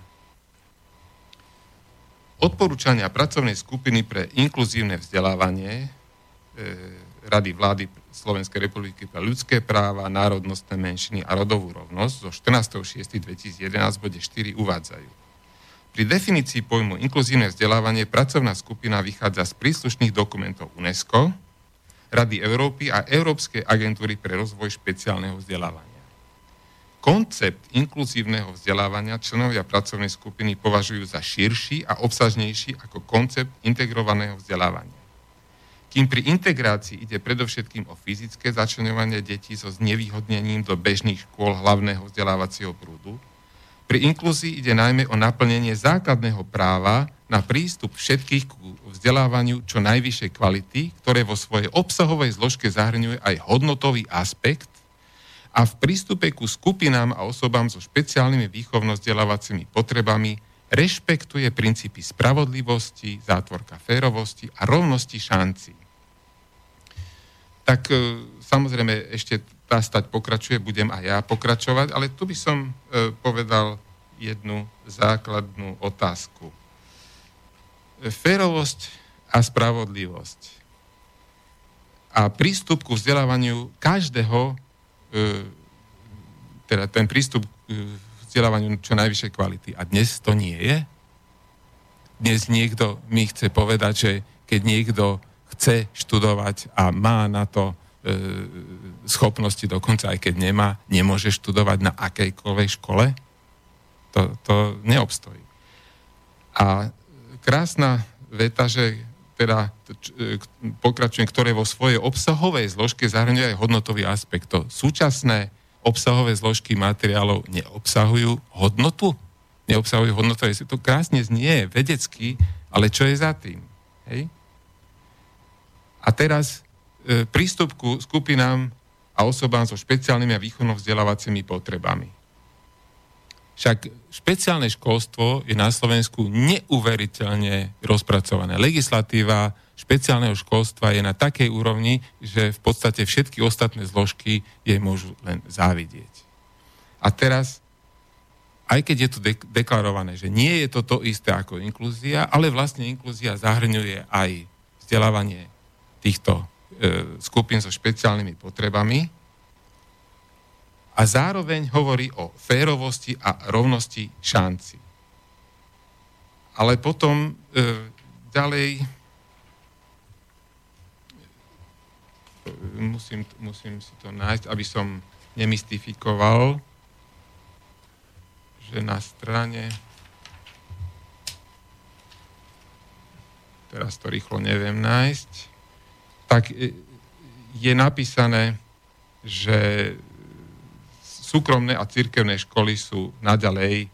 Odporúčania pracovnej skupiny pre inkluzívne vzdelávanie Rady vlády Slovenskej republiky pre ľudské práva, národnostné menšiny a rodovú rovnosť zo 14.6.2011 bode 4 uvádzajú. Pri definícii pojmu inkluzívne vzdelávanie pracovná skupina vychádza z príslušných dokumentov UNESCO, Rady Európy a Európskej agentúry pre rozvoj špeciálneho vzdelávania. Koncept inkluzívneho vzdelávania členovia pracovnej skupiny považujú za širší a obsažnejší ako koncept integrovaného vzdelávania. Kým pri integrácii ide predovšetkým o fyzické začleňovanie detí so znevýhodnením do bežných škôl hlavného vzdelávacieho prúdu, pri inklúzii ide najmä o naplnenie základného práva na prístup všetkých k vzdelávaniu čo najvyššej kvality, ktoré vo svojej obsahovej zložke zahrňuje aj hodnotový aspekt a v prístupe ku skupinám a osobám so špeciálnymi výchovno-vzdelávacími potrebami rešpektuje princípy spravodlivosti, zátvorka férovosti a rovnosti šancí. Tak samozrejme ešte tá stať pokračuje, budem aj ja pokračovať, ale tu by som povedal jednu základnú otázku. Férovosť a spravodlivosť a prístup ku vzdelávaniu každého, teda ten prístup k vzdelávaniu čo najvyššej kvality. A dnes to nie je? Dnes niekto mi chce povedať, že keď niekto chce študovať a má na to schopnosti, dokonca aj keď nemá, nemôže študovať na akejkoľvek škole? To neobstojí. A krásna veta, že teda pokračujem, ktoré vo svojej obsahovej zložke zahrňuje aj hodnotový aspekt. To súčasné obsahové zložky materiálov neobsahujú hodnotu? Neobsahujú hodnotové. To krásne znie vedecky, ale čo je za tým? Hej? A teraz prístup ku skupinám a osobám so špeciálnymi a výchovno-vzdelávacími potrebami. Však špeciálne školstvo je na Slovensku neuveriteľne rozpracované. Legislatíva špeciálneho školstva je na takej úrovni, že v podstate všetky ostatné zložky jej môžu len závidieť. A teraz, aj keď je tu deklarované, že nie je to isté ako inklúzia, ale vlastne inklúzia zahrňuje aj vzdelávanie týchto skupín so špeciálnymi potrebami a zároveň hovorí o férovosti a rovnosti šanci. Ale potom ďalej musím si to nájsť, aby som nemystifikoval že na strane, teraz to rýchlo neviem nájsť, tak je napísané, že súkromné a cirkevné školy sú naďalej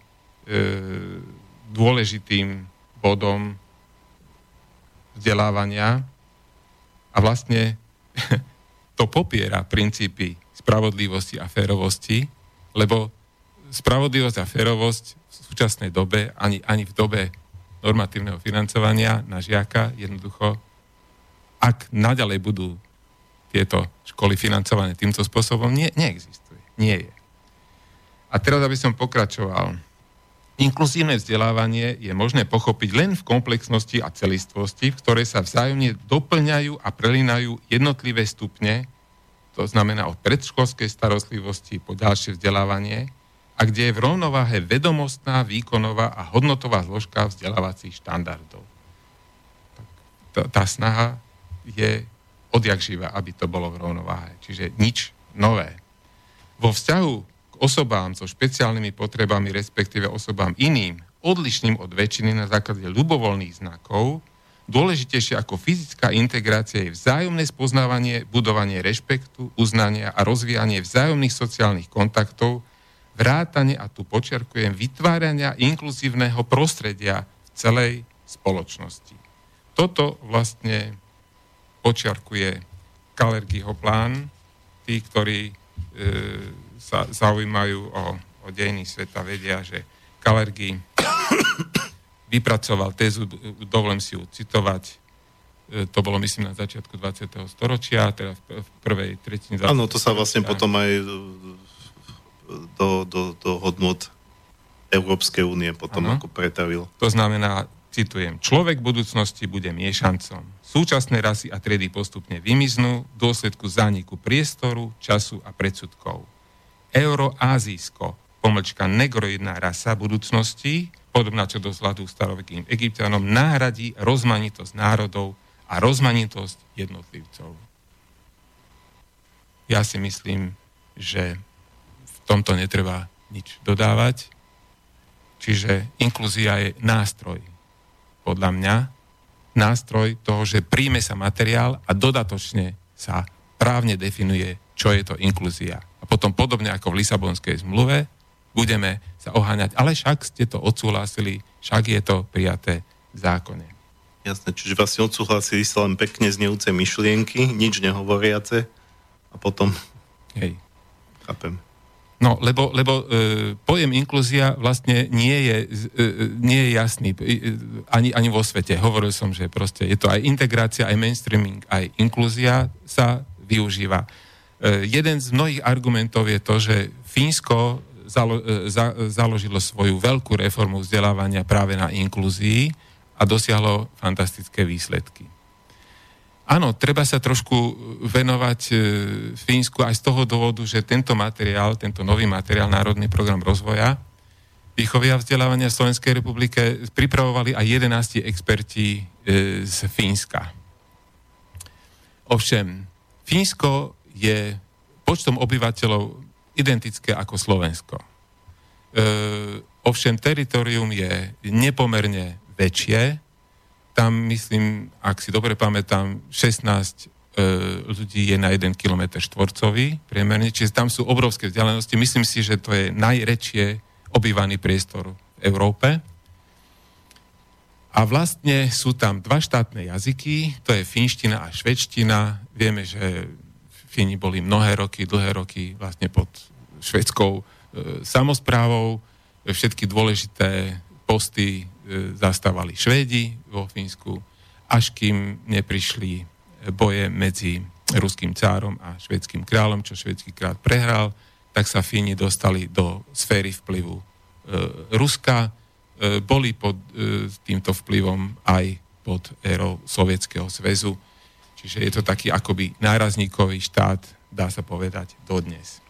dôležitým bodom vzdelávania a vlastne to popiera princípy spravodlivosti a férovosti, lebo spravodlivosť a férovosť v súčasnej dobe, ani v dobe normatívneho financovania na žiaka, jednoducho, ak naďalej budú tieto školy financované týmto spôsobom, neexistuje. Nie je. A teraz, aby som pokračoval. Inkluzívne vzdelávanie je možné pochopiť len v komplexnosti a celistvosti, v ktorej sa vzájomne doplňajú a prelínajú jednotlivé stupne, to znamená od predškolskej starostlivosti po ďalšie vzdelávanie, a kde je v rovnováhe vedomostná, výkonová a hodnotová zložka vzdelávacích štandardov. Tá snaha je odjak živa, aby to bolo v rovnováhe. Čiže nič nové. Vo vzťahu k osobám so špeciálnymi potrebami, respektíve osobám iným, odlišným od väčšiny na základe ľubovoľných znakov, dôležitejšie ako fyzická integrácia je vzájomné spoznávanie, budovanie rešpektu, uznania a rozvíjanie vzájomných sociálnych kontaktov, vrátane, a tu podčiarkujem, vytvárania inkluzívneho prostredia v celej spoločnosti. Toto vlastne podčiarkuje Kalergiho plán. Tí, ktorí sa zaujímajú o dejiny sveta, vedia, že Kalergi vypracoval tézu, dovolím si ju citovať, to bolo, myslím, na začiatku 20. storočia, teda v prvej tretine. Áno, to sa vlastne potom aj do hodnot Európskej únie potom ako pretavil. To znamená, citujem, človek v budúcnosti bude miešancom. Súčasné rasy a triedy postupne vymiznú v dôsledku zániku priestoru, času a predsudkov. Euroázijsko, negroidná rasa budúcnosti, podobná čo do zlatu starovekým Egypťanom, nahradí rozmanitosť národov a rozmanitosť jednotlivcov. Ja si myslím, že v tomto netreba nič dodávať. Čiže inklúzia je nástroj, podľa mňa, nástroj toho, že príjme sa materiál a dodatočne sa právne definuje, čo je to inklúzia. A potom podobne ako v Lisabonskej zmluve budeme sa oháňať, ale však ste to odsúhlasili, však je to prijaté v zákone. Jasné, čiže vlastne odsúhlasili sa len pekne znejúce myšlienky, nič nehovoriace a potom... Hej. Chápem. No, lebo pojem inklúzia vlastne nie je jasný ani vo svete. Hovoril som, že proste je to aj integrácia, aj mainstreaming, aj inklúzia sa využíva. Jeden z mnohých argumentov je to, že Fínsko založilo svoju veľkú reformu vzdelávania práve na inklúzii a dosiahlo fantastické výsledky. Áno, treba sa trošku venovať Fínsku aj z toho dôvodu, že tento nový materiál, Národný program rozvoja, výchovy a vzdelávania v Slovenskej republike pripravovali aj 11 experti z Fínska. Ovšem, Fínsko je počtom obyvateľov identické ako Slovensko. Ovšem, teritorium je nepomerne väčšie. Tam, myslím, ak si dobre pamätám, 16 ľudí je na 1 kilometr štvorcový priemerne, čiže tam sú obrovské vzdialenosti. Myslím si, že to je najväčšie obývaný priestor v Európe. A vlastne sú tam dva štátne jazyky, to je finština a švédština. Vieme, že Fíni boli dlhé roky vlastne pod švédskou samosprávou. Všetky dôležité posty zastávali Švédi vo Fínsku, až kým neprišli boje medzi ruským cárom a švédskym kráľom, čo švédsky kráľ prehral, tak sa Fíni dostali do sféry vplyvu Ruska. Boli pod týmto vplyvom aj pod érou Sovietskeho zväzu. Čiže je to taký akoby nárazníkový štát, dá sa povedať, dodnes.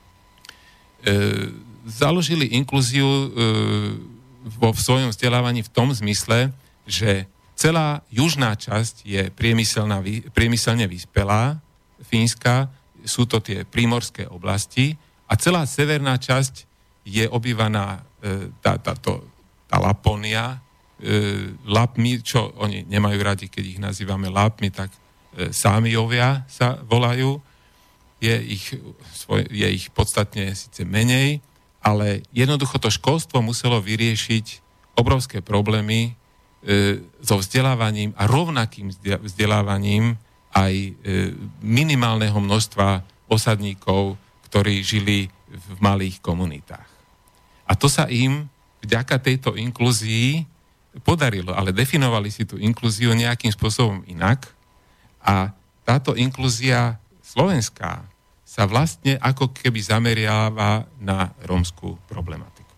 Založili inklúziu vo svojom vzdelávaní v tom zmysle, že celá južná časť je priemyselne vyspelá, Fínska, sú to tie prímorské oblasti, a celá severná časť je obývaná tá Lapónia Lapmi, čo oni nemajú radi, keď ich nazývame Lapmi, tak Sámiovia sa volajú. Je ich podstatne síce menej, ale jednoducho to školstvo muselo vyriešiť obrovské problémy so vzdelávaním a rovnakým vzdelávaním aj minimálneho množstva osadníkov, ktorí žili v malých komunitách. A to sa im vďaka tejto inklúzii podarilo, ale definovali si tú inklúziu nejakým spôsobom inak a táto inklúzia slovenská sa vlastne ako keby zameriava na rómskú problematiku.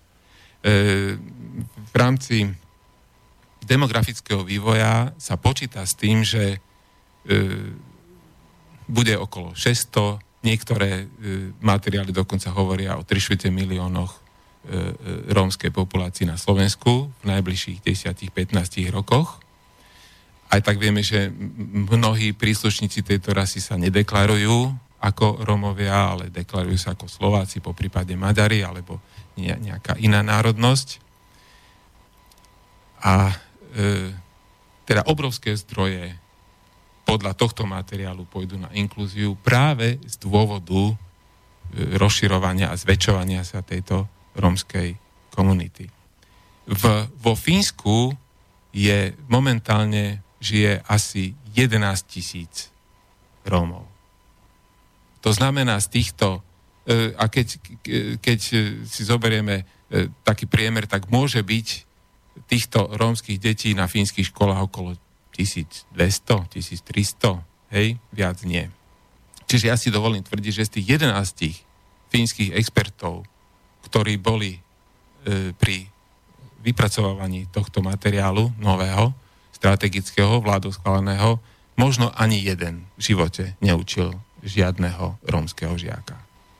V rámci demografického vývoja sa počíta s tým, že bude okolo 600, niektoré materiály dokonca hovoria o 3/4 miliónoch rómskej populácii na Slovensku v najbližších 10-15 rokoch. Aj tak vieme, že mnohí príslušníci tejto rasy sa nedeklarujú ako Rómovia, ale deklarujú sa ako Slováci, poprípade Maďari alebo nejaká iná národnosť. A teda obrovské zdroje podľa tohto materiálu pôjdu na inklúziu práve z dôvodu rozširovania a zväčšovania sa tejto rómskej komunity. Vo Fínsku momentálne žije asi 11 000 Rómov. To znamená z týchto, a keď si zoberieme taký priemer, tak môže byť týchto rómskych detí na fínskych školách okolo 1200, 1300, hej, viac nie. Čiže ja si dovolím tvrdiť, že z tých 11 fínskych expertov, ktorí boli pri vypracovávaní tohto materiálu nového, strategického, vládou schváleného, možno ani jeden v živote neučil žiadneho rómskeho žiaka.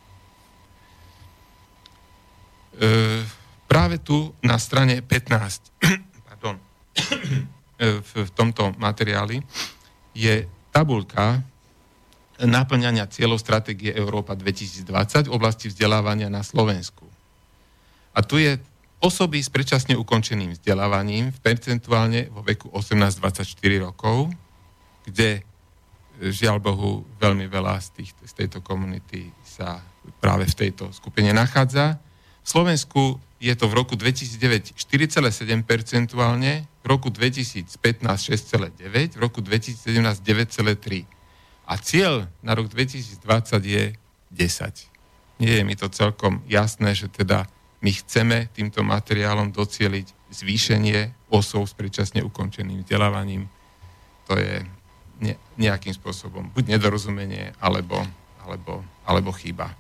Práve tu na strane 15 v tomto materiáli je tabuľka naplňania cieľov stratégie Európa 2020 v oblasti vzdelávania na Slovensku. A tu je osoby s predčasne ukončeným vzdelávaním percentuálne vo veku 18-24 rokov, kde žiaľ Bohu veľmi veľa z tejto komunity sa práve v tejto skupine nachádza. V Slovensku je to v roku 2009 4,7 percentuálne, v roku 2015 6,9, v roku 2017 9,3. A cieľ na rok 2020 je 10. Nie je mi to celkom jasné, že teda my chceme týmto materiálom docieliť zvýšenie osôb s predčasne ukončeným vzdelávaním. To je nejakým spôsobom buď nedorozumenie, alebo chyba.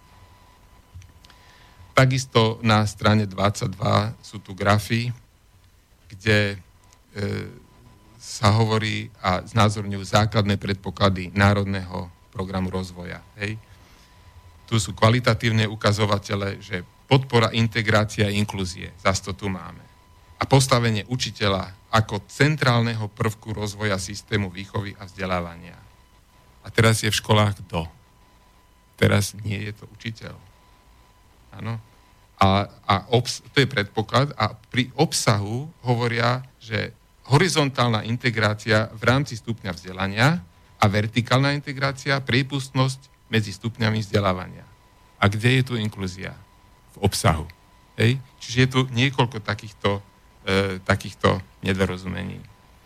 Takisto na strane 22 sú tu grafy, kde sa hovorí a znázorňujú základné predpoklady národného programu rozvoja. Hej. Tu sú kvalitatívne ukazovatele, že podpora, integrácia a inklúzie, zase to tu máme. A postavenie učiteľa ako centrálneho prvku rozvoja systému výchovy a vzdelávania. A teraz je v školách kto? Teraz nie je to učiteľ. Áno. To je predpoklad a pri obsahu hovoria, že horizontálna integrácia v rámci stupňa vzdelania a vertikálna integrácia, prípustnosť medzi stupňami vzdelávania. A kde je tu inklúzia? V obsahu. Hej? Čiže je tu niekoľko takýchto nedorozumení.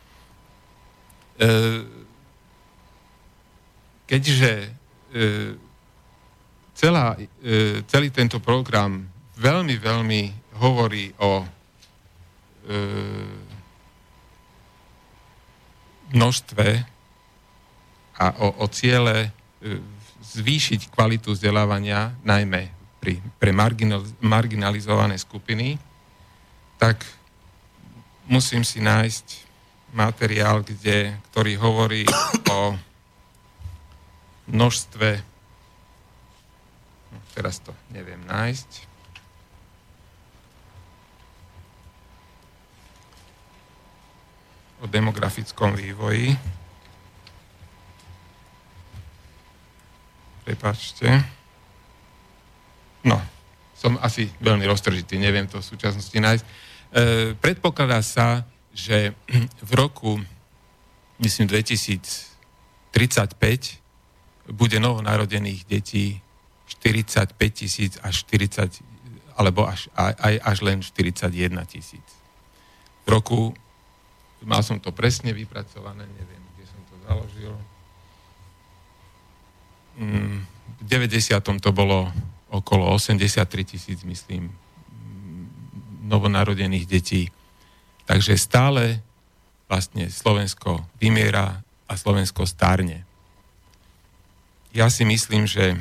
Keďže celý tento program veľmi, veľmi hovorí o množstve a o ciele zvýšiť kvalitu vzdelávania, najmä pre marginalizované skupiny, tak musím si nájsť materiál, ktorý hovorí o množstve, teraz to neviem nájsť, o demografickom vývoji. Prepáčte. No, som asi veľmi roztržitý, neviem to v súčasnosti nájsť. Predpokladá sa, že v roku, myslím, 2035 bude novonarodených detí 45 000 až 40, alebo až len 41 000. V roku, mal som to presne vypracované, neviem, kde som to založil. V 90. to bolo okolo 83 000, myslím, novonarodených detí. Takže stále vlastne Slovensko vymiera a Slovensko stárne. Ja si myslím, že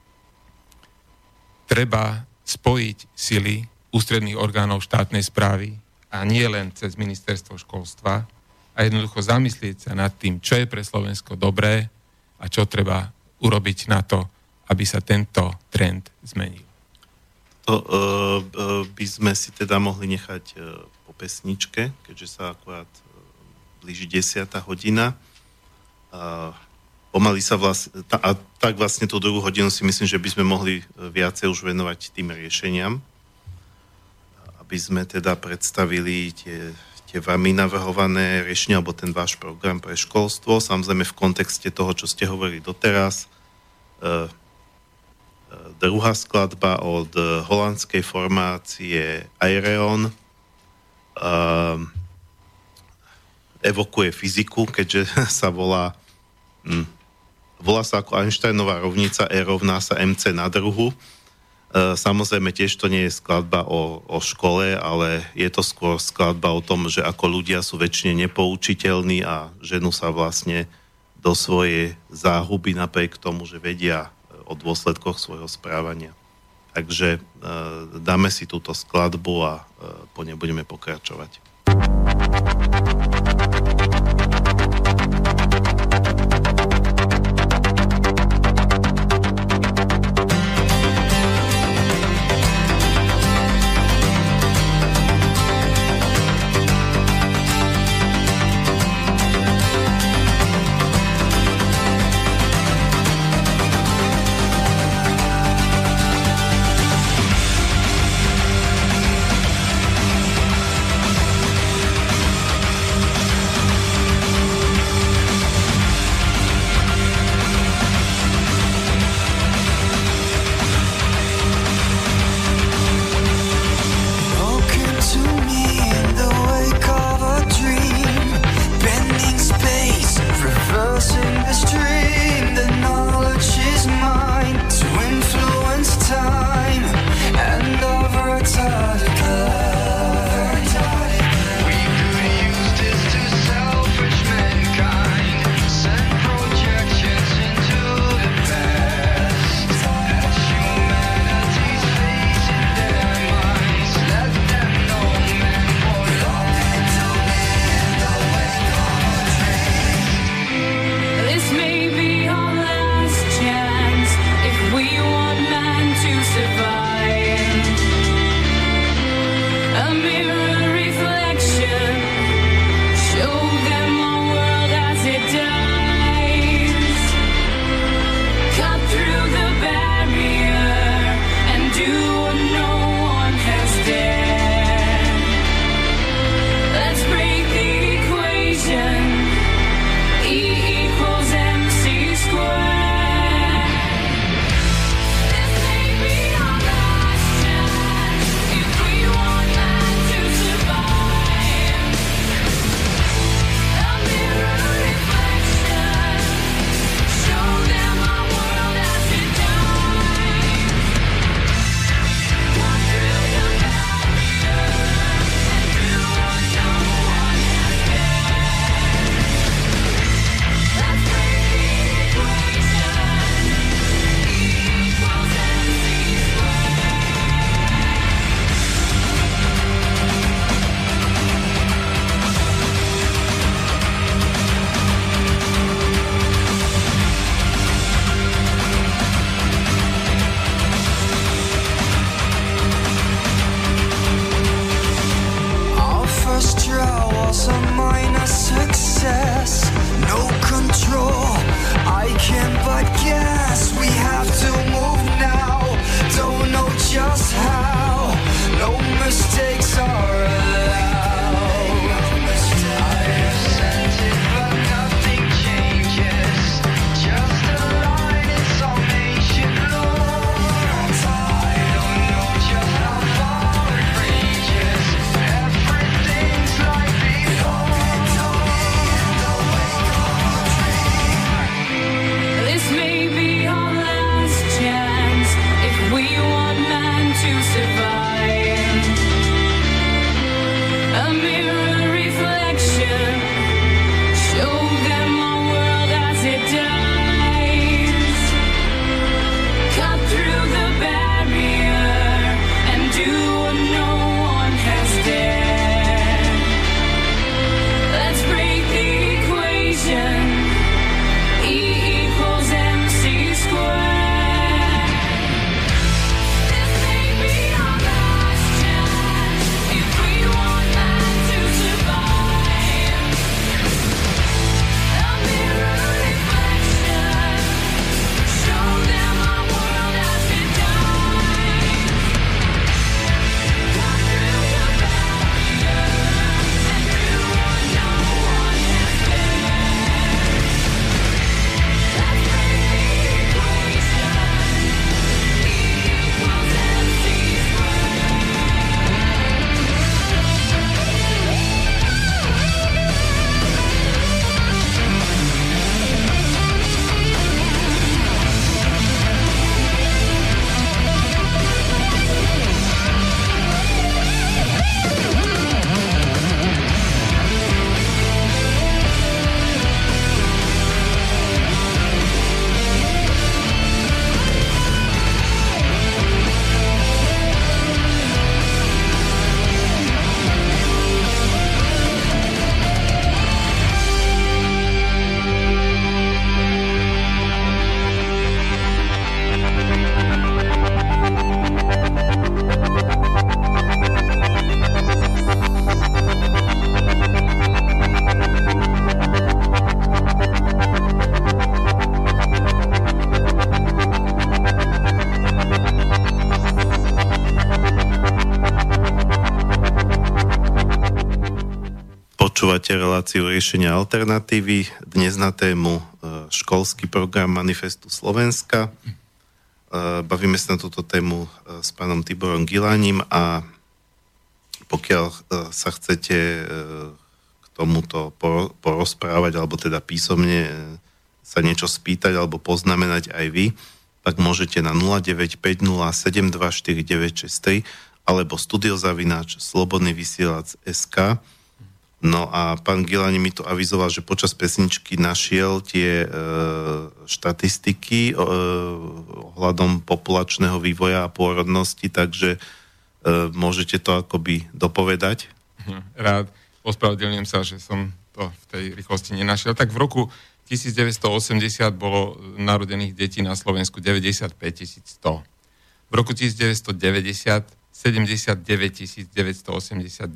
treba spojiť sily ústredných orgánov štátnej správy a nie len cez ministerstvo školstva a jednoducho zamyslieť sa nad tým, čo je pre Slovensko dobré a čo treba urobiť na to, aby sa tento trend zmenil. To by sme si teda mohli nechať po pesničke, keďže sa akurát blíži 10. hodina. Pomaly sa a tak vlastne tú druhú hodinu si myslím, že by sme mohli viacej už venovať tým riešeniam, aby sme teda predstavili tie vami navrhované riešenia, alebo ten váš program pre školstvo, samozrejme v kontexte toho, čo ste hovorili doteraz. Druhá skladba od holandskej formácie Ayreon evokuje fyziku, keďže sa volá sa ako Einsteinová rovnica, E rovná sa MC na druhu. Samozrejme tiež to nie je skladba o škole, ale je to skôr skladba o tom, že ako ľudia sú väčšine nepoučiteľní a ženú sa vlastne do svojej záhuby napriek tomu, že vedia o dôsledkoch svojho správania. Takže dáme si túto skladbu a po nej budeme pokračovať. Počúvate reláciu riešenia alternatívy, dnes na tému školský program Manifestu Slovenska. Bavíme sa na túto tému s pánom Tiborom Gilánim a pokiaľ sa chcete k tomuto porozprávať, alebo teda písomne sa niečo spýtať alebo poznamenať aj vy, tak môžete na 0950724963 alebo studiozavináč slobodnyvysielac.sk. No a pán Gilani mi to avizoval, že počas pesničky našiel tie štatistiky ohľadom populačného vývoja a pôrodnosti, takže môžete to akoby dopovedať? Rád. Ospravedlňujem sa, že som to v tej rýchlosti nenašiel. Tak v roku 1980 bolo narodených detí na Slovensku 95 100. V roku 1990 79 989.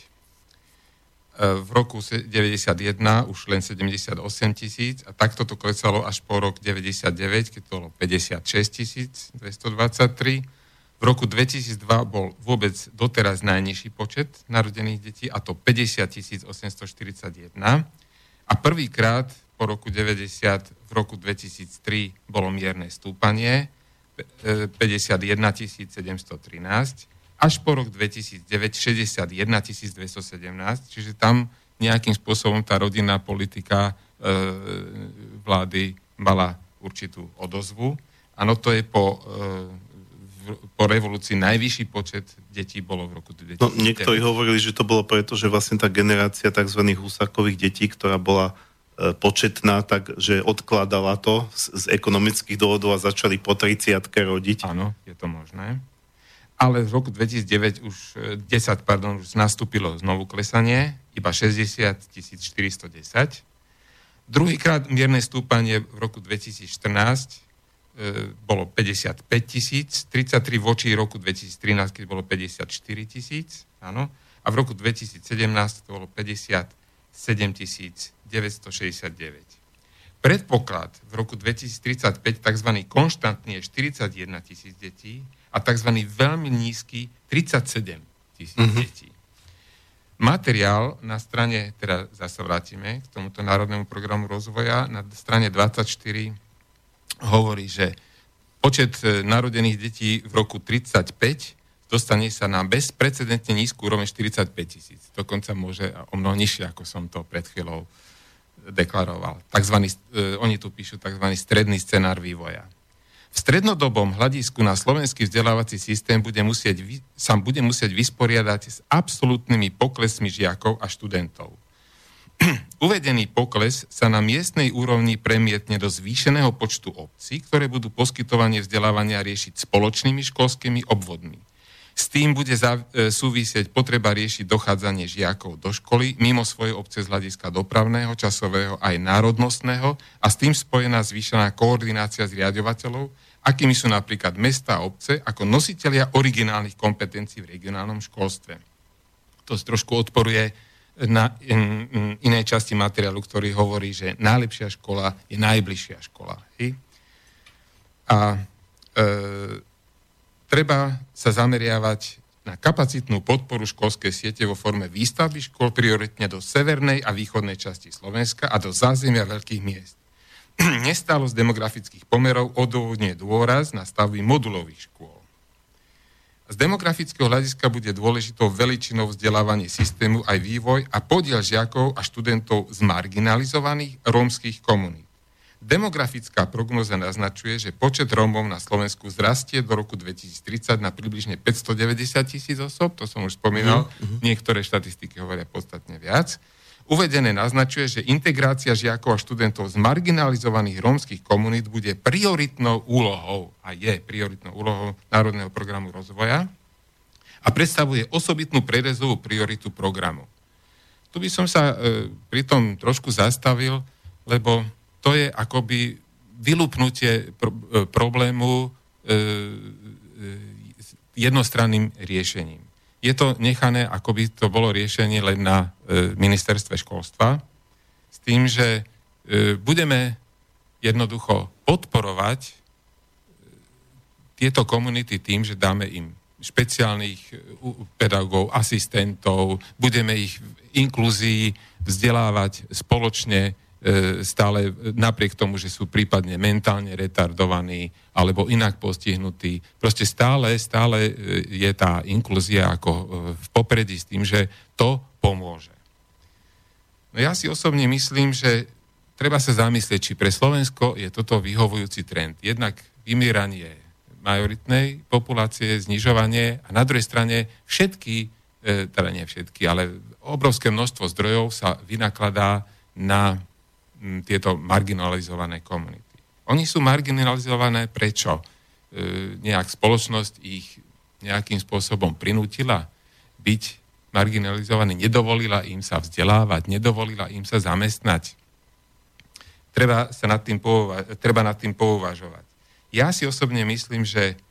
V roku 91 už len 78 000 a takto to klesalo až po rok 99, keď to bolo 56 223. V roku 2002 bol vôbec doteraz najnižší počet narodených detí, a to 50 841. A prvýkrát po roku 90 v roku 2003 bolo mierne stúpanie, 51 713, až po rok 2009 61 217, čiže tam nejakým spôsobom tá rodinná politika vlády mala určitú odozvu. Áno, to je po revolúcii najvyšší počet detí bolo v roku 2009. No, niektorí hovorili, že to bolo preto, že vlastne tá generácia tzv. Husákových detí, ktorá bola početná, takže odkladala to z ekonomických dôvodov a začali po 30-ke rodiť. Áno, je to možné. Ale v roku 2009 už nastúpilo znovu klesanie, iba 60 410. Druhýkrát mierne stúpanie v roku 2014 bolo 55 000, 33 voči roku 2013, keď bolo 54 000, áno, a v roku 2017 to bolo 57 969. Predpoklad v roku 2035 tzv. Konštantný je 41 000 detí a tzv. Veľmi nízky 37 000 detí. Materiál na strane, teda zase vrátime k tomuto Národnému programu rozvoja, na strane 24 hovorí, že počet narodených detí v roku 35 dostane sa na bezprecedentne nízku úroveň 45 000. Dokonca môže o mnoho nižšie, ako som to pred chvíľou deklaroval. Oni tu píšu tzv. Stredný scenár vývoja. V strednodobom hľadisku na slovenský vzdelávací systém sa bude musieť vysporiadať s absolútnymi poklesmi žiakov a študentov. Uvedený pokles sa na miestnej úrovni premietne do zvýšeného počtu obcí, ktoré budú poskytovanie vzdelávania riešiť spoločnými školskými obvodmi. S tým bude súvisieť potreba riešiť dochádzanie žiakov do školy mimo svojej obce z hľadiska dopravného, časového aj národnostného a s tým spojená zvýšená koordinácia s riaďovateľov, akými sú napríklad mestá a obce ako nositelia originálnych kompetencií v regionálnom školstve. To trošku odporuje na inej časti materiálu, ktorý hovorí, že najlepšia škola je najbližšia škola. Treba sa zameriavať na kapacitnú podporu školskej siete vo forme výstavby škôl prioritne do severnej a východnej časti Slovenska a do zázemia veľkých miest. Nestálosť demografických pomerov odôvodňuje dôraz na stavby modulových škôl. Z demografického hľadiska bude dôležitou veličinou vzdelávanie systému aj vývoj a podiel žiakov a študentov z marginalizovaných rómskych komunít. Demografická prognoza naznačuje, že počet Rómov na Slovensku zrastie do roku 2030 na približne 590 000 osôb, to som už spomínal, niektoré štatistiky hovoria podstatne viac. Uvedené naznačuje, že integrácia žiakov a študentov z marginalizovaných rómskych komunít bude prioritnou úlohou a je prioritnou úlohou Národného programu rozvoja a predstavuje osobitnú prierezovú prioritu programu. Tu by som sa pri tom trošku zastavil, lebo to je akoby vylúpnutie problému jednostranným riešením. Je to nechané, ako by to bolo riešenie len na ministerstve školstva, s tým, že budeme jednoducho podporovať tieto komunity tým, že dáme im špeciálnych pedagógov, asistentov, budeme ich v inklúzii vzdelávať spoločne stále napriek tomu, že sú prípadne mentálne retardovaní alebo inak postihnutí. Proste stále je tá inklúzia ako v popredí s tým, že to pomôže. No ja si osobne myslím, že treba sa zamyslieť, či pre Slovensko je toto vyhovujúci trend. Jednak vymieranie majoritnej populácie, znižovanie a na druhej strane teda nie všetky, ale obrovské množstvo zdrojov sa vynakladá na tieto marginalizované komunity. Oni sú marginalizované prečo? Nejak spoločnosť ich nejakým spôsobom prinútila byť marginalizovaní, nedovolila im sa vzdelávať, nedovolila im sa zamestnať. Treba nad tým pouvažovať. Ja si osobne myslím, že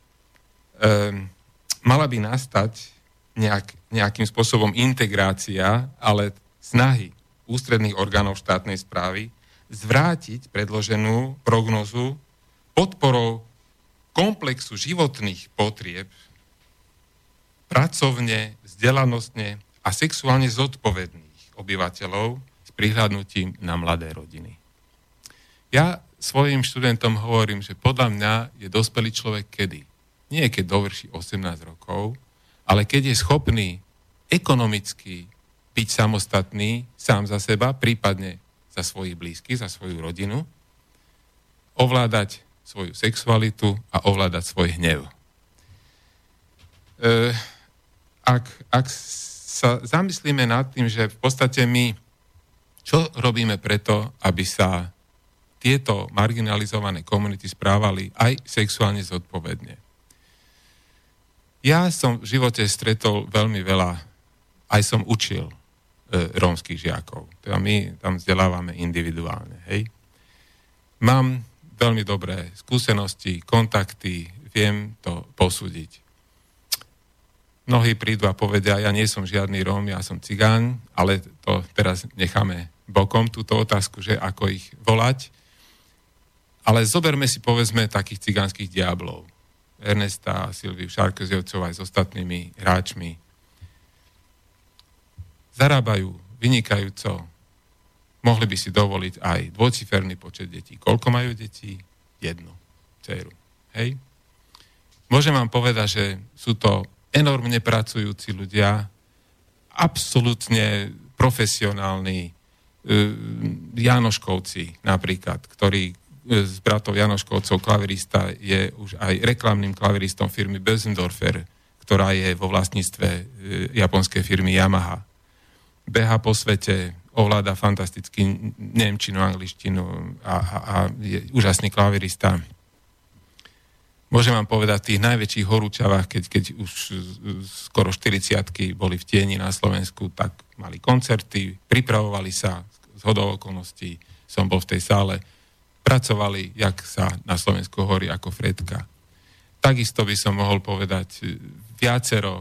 mala by nastať nejakým spôsobom integrácia, ale snahy ústredných orgánov štátnej správy zvrátiť predloženú prognozu podporou komplexu životných potrieb pracovne, vzdelanostne a sexuálne zodpovedných obyvateľov s prihľadnutím na mladé rodiny. Ja svojim študentom hovorím, že podľa mňa je dospelý človek kedy? Nie keď dovrší 18 rokov, ale keď je schopný ekonomicky byť samostatný sám za seba, prípadne za svojich blízkych, za svoju rodinu, ovládať svoju sexualitu a ovládať svoj hnev. Ak sa zamyslíme nad tým, že v podstate my čo robíme preto, aby sa tieto marginalizované komunity správali aj sexuálne zodpovedne. Ja som v živote stretol veľmi veľa, aj som učil rómskych žiakov. Teda my tam vzdelávame individuálne, hej. Mám veľmi dobré skúsenosti, kontakty, viem to posúdiť. Mnohí prídu a povedia, ja nie som žiadny Róm, ja som cigán, ale to teraz necháme bokom, túto otázku, že ako ich volať. Ale zoberme si, povedzme, takých cigánskych diablov. Ernesta, Silviu Šarkeziovcov aj s ostatnými hráčmi. Zarábajú vynikajúco, mohli by si dovoliť aj dvojciferný počet detí. Koľko majú detí? 1 dcéru. Hej? Môžem vám povedať, že sú to enormne pracujúci ľudia, absolútne profesionálni Janoškovci napríklad, ktorý z bratov Janoškovcov, klavirista, je už aj reklamným klaviristom firmy Bösendorfer, ktorá je vo vlastníctve japonskej firmy Yamaha. Beha po svete, ovláda fantasticky nemčinu, angličtinu a je úžasný klavirista. Môžem vám povedať, v tých najväčších horúčavách, keď už skoro 40-ky boli v tieni na Slovensku, tak mali koncerty, pripravovali sa, zhodou okolností som bol v tej sále, pracovali, jak sa na Slovensku hovorí, ako Fredka. Takisto by som mohol povedať viacero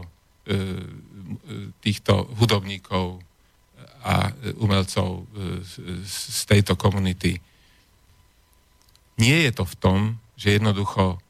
týchto hudobníkov a umelcov z tejto komunity. Nie je to v tom, že jednoducho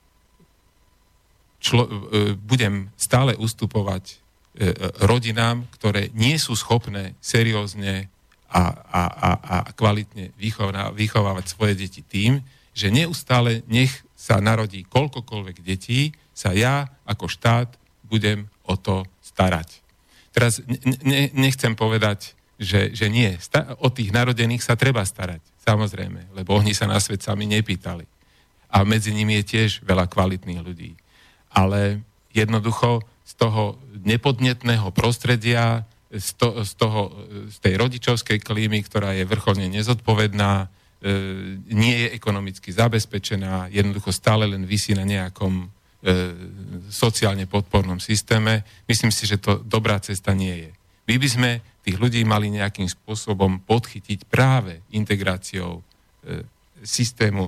budem stále ustupovať rodinám, ktoré nie sú schopné seriózne a kvalitne vychovávať svoje deti tým, že neustále nech sa narodí koľkokoľvek detí, sa ja ako štát budem o to starať. Teraz nechcem povedať, že nie. O tých narodených sa treba starať, samozrejme, lebo oni sa na svet sami nepýtali. A medzi nimi je tiež veľa kvalitných ľudí. Ale jednoducho z toho nepodnetného prostredia, z tej rodičovskej klímy, ktorá je vrcholne nezodpovedná, nie je ekonomicky zabezpečená, jednoducho stále len visí na nejakom sociálne podpornom systéme. Myslím si, že to dobrá cesta nie je. My by sme tých ľudí mali nejakým spôsobom podchytiť práve integráciou systému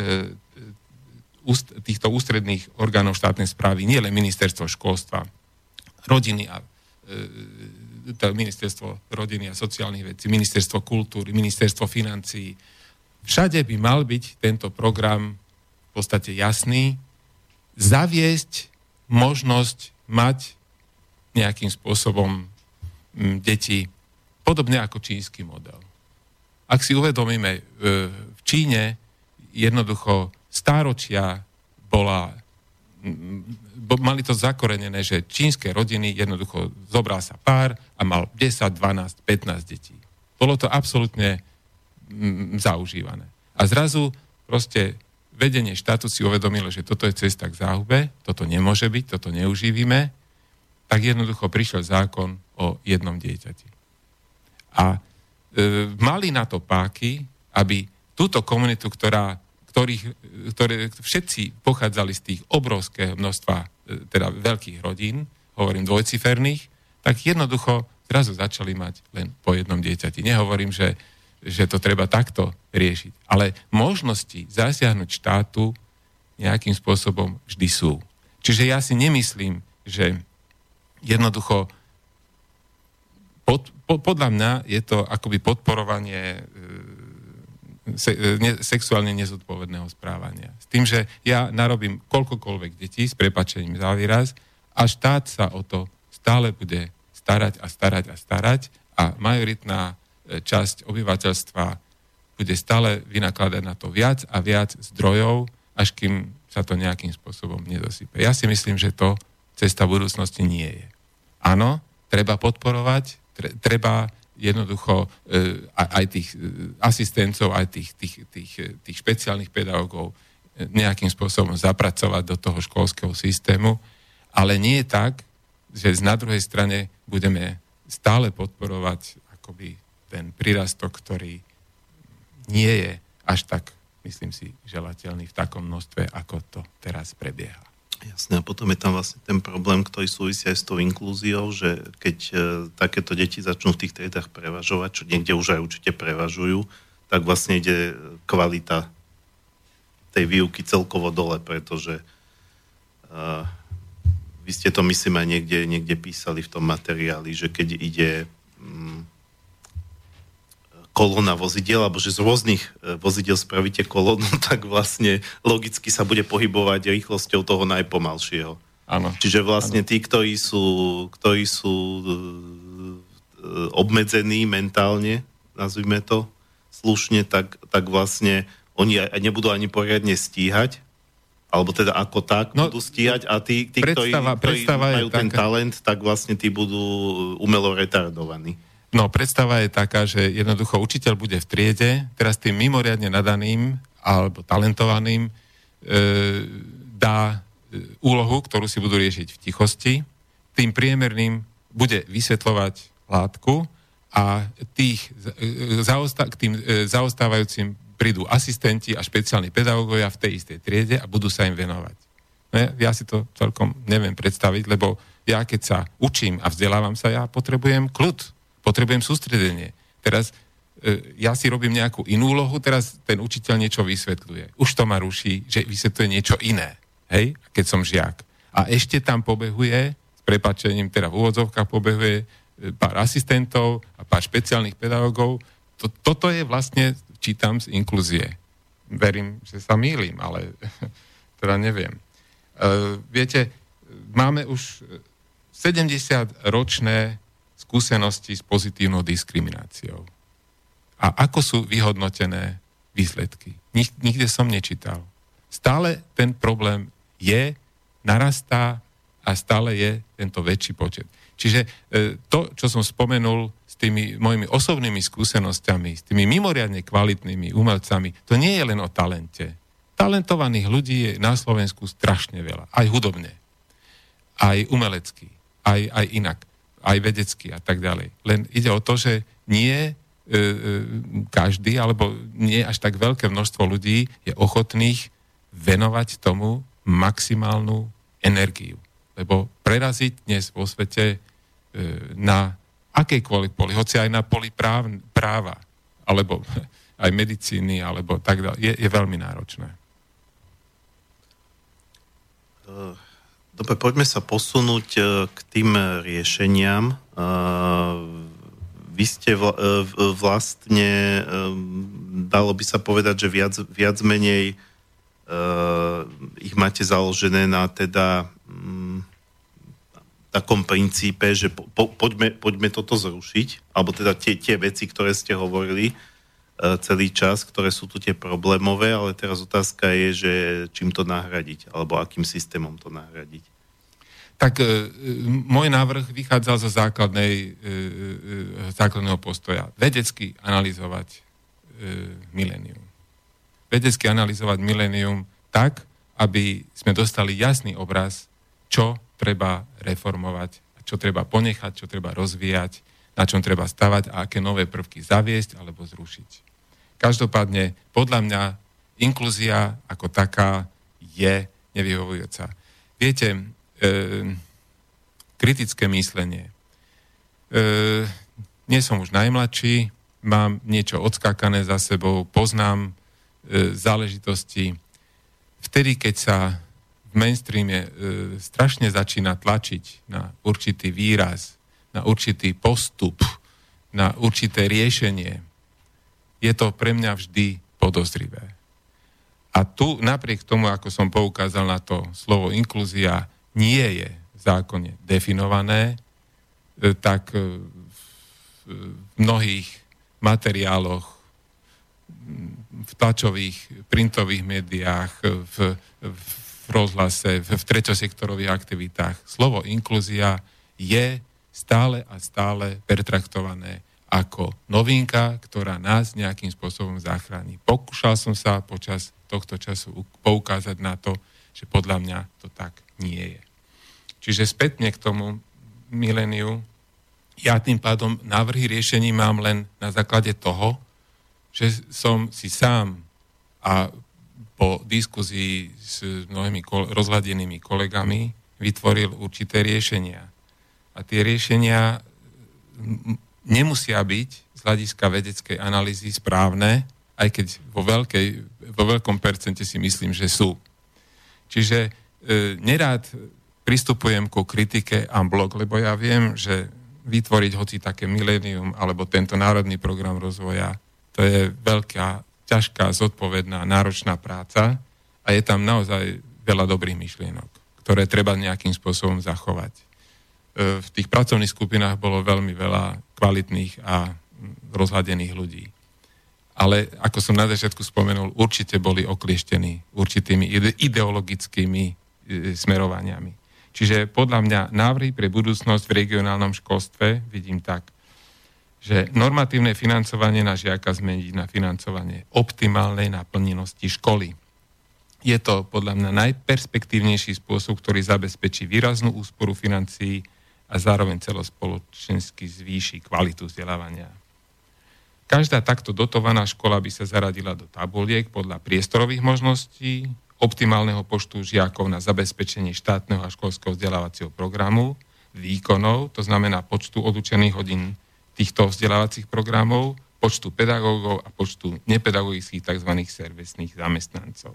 týchto ústredných orgánov štátnej správy, nie len ministerstvo školstva, rodiny a ministerstvo rodiny a sociálnych vecí, ministerstvo kultúry, ministerstvo financií. Všade by mal byť tento program v podstate jasný, zaviesť možnosť mať nejakým spôsobom deti podobne ako čínsky model. Ak si uvedomíme, v Číne jednoducho stáročia mali to zakorenené, že čínske rodiny jednoducho zobral sa pár a mal 10, 12, 15 detí. Bolo to absolútne zaužívané. A zrazu proste vedenie štátu si uvedomilo, že toto je cesta k záhube, toto nemôže byť, toto neužívime, tak jednoducho prišiel zákon o jednom dieťati. A mali na to páky, aby túto komunitu, ktoré všetci pochádzali z tých obrovského množstva, teda veľkých rodín, hovorím dvojciferných, tak jednoducho zrazu začali mať len po jednom dieťati. Nehovorím, že to treba takto riešiť. Ale možnosti zasiahnuť štátu nejakým spôsobom vždy sú. Čiže ja si nemyslím, že jednoducho podľa mňa je to akoby podporovanie sexuálne nezodpovedného správania. S tým, že ja narobím koľkokoľvek detí, s prepáčením za výraz, a štát sa o to stále bude starať a majoritná časť obyvateľstva bude stále vynakladať na to viac a viac zdrojov, až kým sa to nejakým spôsobom nedosype. Ja si myslím, že to cesta budúcnosti nie je. Áno, treba podporovať, treba jednoducho aj tých asistencov, aj tých špeciálnych pedagógov nejakým spôsobom zapracovať do toho školského systému, ale nie je tak, že na druhej strane budeme stále podporovať akoby ten prírastok, ktorý nie je až tak, myslím si, želateľný v takom množstve, ako to teraz prebieha. Jasné, a potom je tam vlastne ten problém, ktorý súvisí aj s tou inklúziou, že keď takéto deti začnú v tých triedách prevažovať, čo niekde už aj určite prevažujú, tak vlastne ide kvalita tej výuky celkovo dole, pretože vy ste to, myslím, aj niekde písali v tom materiáli, že keď ide kolóna vozidiel, alebo že z rôznych vozidiel spravíte kolónu, tak vlastne logicky sa bude pohybovať rýchlosťou toho najpomalšieho. Áno. Čiže vlastne tí, ktorí sú obmedzení mentálne, nazvime to slušne, tak vlastne oni aj nebudú ani poriadne stíhať, alebo teda ako tak budú stíhať, a tí ktorí majú ten talent, tak vlastne tí budú umelo retardovaní. No, predstava je taká, že jednoducho učiteľ bude v triede, teraz tým mimoriadne nadaným alebo talentovaným dá úlohu, ktorú si budú riešiť v tichosti, tým priemerným bude vysvetľovať látku a k tým zaostávajúcim prídu asistenti a špeciálni pedagógovia v tej istej triede a budú sa im venovať. No, ja si to celkom neviem predstaviť, lebo ja keď sa učím a vzdelávam sa, ja potrebujem kľud. Potrebujem sústredenie. Teraz ja si robím nejakú inú úlohu, teraz ten učiteľ niečo vysvetľuje. Už to ma ruší, že vysvetľuje niečo iné. Hej? Keď som žiak. A ešte tam pobehuje, s prepáčením, teda v úvodzovkách pobehuje pár asistentov a pár špeciálnych pedagógov. Toto je vlastne, čítam z inklúzie. Verím, že sa mýlim, ale teda neviem. Viete, máme už 70-ročné skúsenosti s pozitívnou diskrimináciou. A ako sú vyhodnotené výsledky? Nikde som nečítal. Stále ten problém je, narastá a stále je tento väčší počet. Čiže to, čo som spomenul s tými mojimi osobnými skúsenosťami, s tými mimoriadne kvalitnými umelcami, to nie je len o talente. Talentovaných ľudí je na Slovensku strašne veľa. Aj hudobne, aj umelecky, aj inak. Aj vedecky a tak ďalej. Len ide o to, že nie každý, alebo nie až tak veľké množstvo ľudí je ochotných venovať tomu maximálnu energiu. Lebo preraziť dnes vo svete na akejkoľvek poli, hoci aj na poli práva, alebo aj medicíny, alebo tak ďalej, je veľmi náročné. Dobre, poďme sa posunúť k tým riešeniam. Vy ste vlastne, dalo by sa povedať, že viac menej ich máte založené na teda takom princípe, že poďme toto zrušiť, alebo teda tie veci, ktoré ste hovorili celý čas, ktoré sú tu tie problémové, ale teraz otázka je, že čím to nahradiť, alebo akým systémom to nahradiť. Tak môj návrh vychádzal zo základného postoja. Vedecky analyzovať milénium. Vedecky analyzovať milénium tak, aby sme dostali jasný obraz, čo treba reformovať, čo treba ponechať, čo treba rozvíjať, na čom treba stavať a aké nové prvky zaviesť alebo zrušiť. Každopádne, podľa mňa, inklúzia ako taká je nevyhovujúca. Viete, kritické myslenie. Nie som už najmladší, mám niečo odskákané za sebou, poznám záležitosti. Vtedy, keď sa v mainstreame strašne začína tlačiť na určitý výraz, na určitý postup, na určité riešenie, je to pre mňa vždy podozrivé. A tu, napriek tomu, ako som poukázal na to, slovo inklúzia nie je v zákone definované, tak v mnohých materiáloch, v tlačových, printových médiách, v rozhlase, v treťosektorových aktivitách. Slovo inklúzia je stále a stále pertraktované ako novinka, ktorá nás nejakým spôsobom zachráni. Pokúšal som sa počas tohto času poukázať na to, že podľa mňa to tak nie je. Čiže spätne k tomu miléniu, ja tým pádom návrhy riešení mám len na základe toho, že som si sám a po diskuzii s mnohými rozhľadenými kolegami vytvoril určité riešenia. A tie riešenia nemusia byť z hľadiska vedeckej analýzy správne, aj keď vo veľkom percente si myslím, že sú. Čiže nerád pristupujem ku kritike en bloc, lebo ja viem, že vytvoriť hoci také milénium alebo tento národný program rozvoja, to je veľká, ťažká, zodpovedná, náročná práca a je tam naozaj veľa dobrých myšlienok, ktoré treba nejakým spôsobom zachovať. V tých pracovných skupinách bolo veľmi veľa kvalitných a rozhľadených ľudí. Ale, ako som na začiatku spomenul, určite boli oklieštení určitými ideologickými smerovaniami. Čiže podľa mňa návrhy pre budúcnosť v regionálnom školstve vidím tak, že normatívne financovanie na žiaka zmeniť na financovanie optimálnej naplnenosti školy. Je to podľa mňa najperspektívnejší spôsob, ktorý zabezpečí výraznú úsporu financií a zároveň celospoločensky zvýši kvalitu vzdelávania. Každá takto dotovaná škola by sa zaradila do tabuliek podľa priestorových možností, optimálneho počtu žiakov na zabezpečenie štátneho a školského vzdelávacieho programu, výkonov, to znamená počtu odučených hodín týchto vzdelávacích programov, počtu pedagógov a počtu nepedagogických tzv. Servisných zamestnancov.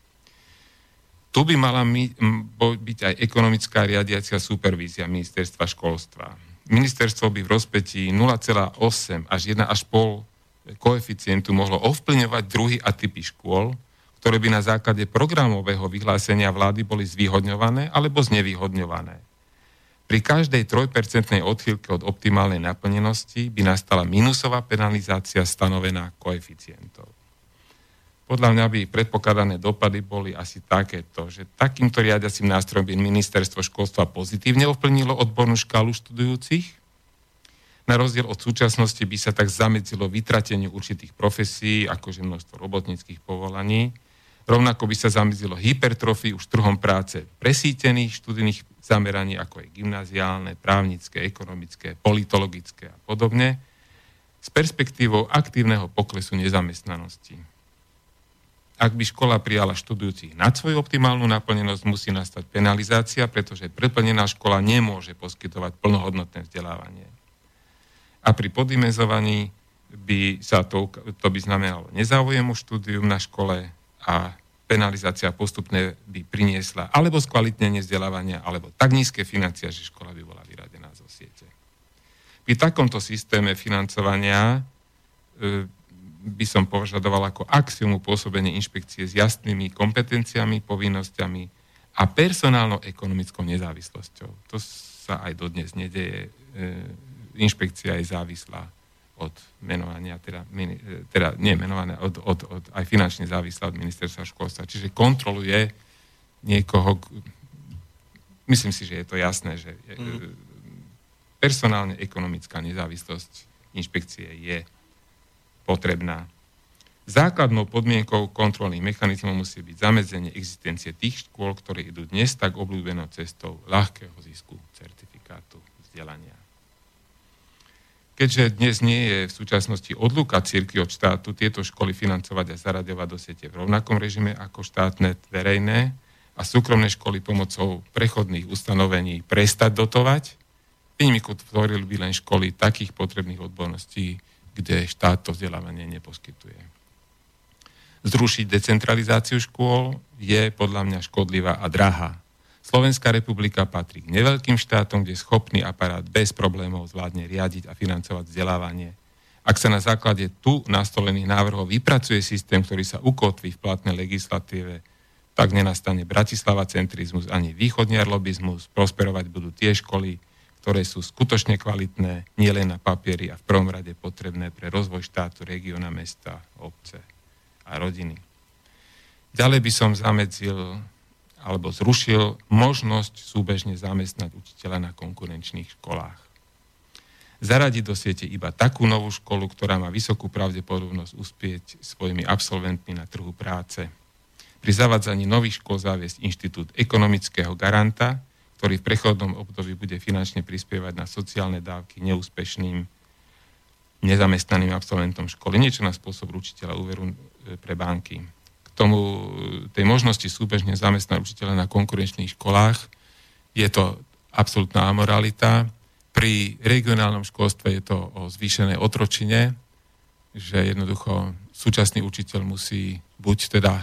Tu by mala byť aj ekonomická riadiacia supervízia ministerstva školstva. Ministerstvo by v rozpätí 0,8 až 1,5 koeficientu mohlo ovplyvňovať druhy a typy škôl, ktoré by na základe programového vyhlásenia vlády boli zvýhodňované alebo znevýhodňované. Pri každej 3% odchýlke od optimálnej naplnenosti by nastala minusová penalizácia stanovená koeficientov. Podľa mňa by predpokladané dopady boli asi takéto, že takýmto riadiacím nástrojom by ministerstvo školstva pozitívne ovplyvnilo odbornú škálu študujúcich. Na rozdiel od súčasnosti by sa tak zamedzilo vytrateniu určitých profesí, akože množstvo robotníckych povolaní. Rovnako by sa zamedzilo hypertrofii už trhom práce presýtených študijných zameraní, ako je gymnáziálne, právnické, ekonomické, politologické a podobne, s perspektívou aktívneho poklesu nezamestnanosti. Ak by škola prijala študujúcich nad svoju optimálnu naplnenosť, musí nastať penalizácia, pretože preplnená škola nemôže poskytovať plnohodnotné vzdelávanie. A pri poddimenzovaní by sa to by znamenalo nezáujem o štúdium na škole a penalizácia postupne by priniesla alebo skvalitnenie vzdelávania, alebo tak nízke financie, že škola by bola vyradená zo siete. Pri takomto systéme financovania by som považoval ako axiómu pôsobenie inšpekcie s jasnými kompetenciami, povinnosťami a personálno-ekonomickou nezávislosťou. To sa aj dodnes nedeje. Inšpekcia je závislá od menovania, teda nie menované, aj finančne závislá od ministerstva školstva. Čiže kontroluje niekoho, myslím si, že je to jasné, že personálne ekonomická nezávislosť inšpekcie je potrebná. Základnou podmienkou kontrolných mechanizmov musí byť zamedzenie existencie tých škôl, ktoré idú dnes tak obľúbenou cestou ľahkého zisku certifikátu vzdelania. Keďže dnes nie je v súčasnosti odluka cirkvi od štátu tieto školy financovať a zaraďovať do siete v rovnakom režime ako štátne verejné a súkromné školy pomocou prechodných ustanovení prestať dotovať, výnimku tvorili by len školy takých potrebných odborností, kde štát to vzdelávanie neposkytuje. Zrušiť decentralizáciu škôl je podľa mňa škodlivá a drahá. Slovenská republika patrí k neveľkým štátom, kde schopný aparát bez problémov zvládne riadiť a financovať vzdelávanie. Ak sa na základe tu nastolených návrhov vypracuje systém, ktorý sa ukotví v platnej legislatíve, tak nenastane Bratislava centrizmus ani východniar lobizmus, prosperovať budú tie školy, ktoré sú skutočne kvalitné, nielen na papieri a v prvom rade potrebné pre rozvoj štátu, regióna, mesta, obce a rodiny. Ďalej by som zamedzil alebo zrušil možnosť súbežne zamestnať učiteľa na konkurenčných školách. Zaradiť do siete iba takú novú školu, ktorá má vysokú pravdepodobnosť uspieť svojimi absolventmi na trhu práce. Pri zavádzaní nových škôl zaviesť inštitút ekonomického garanta, ktorý v prechodnom období bude finančne prispievať na sociálne dávky neúspešným nezamestnaným absolventom školy. Niečo na spôsob učiteľa úveru pre banky. K tomu, tej možnosti súbežne zamestnať učiteľa na konkurenčných školách je to absolútna amoralita. Pri regionálnom školstve je to o zvýšenej otročine, že jednoducho súčasný učiteľ musí buď teda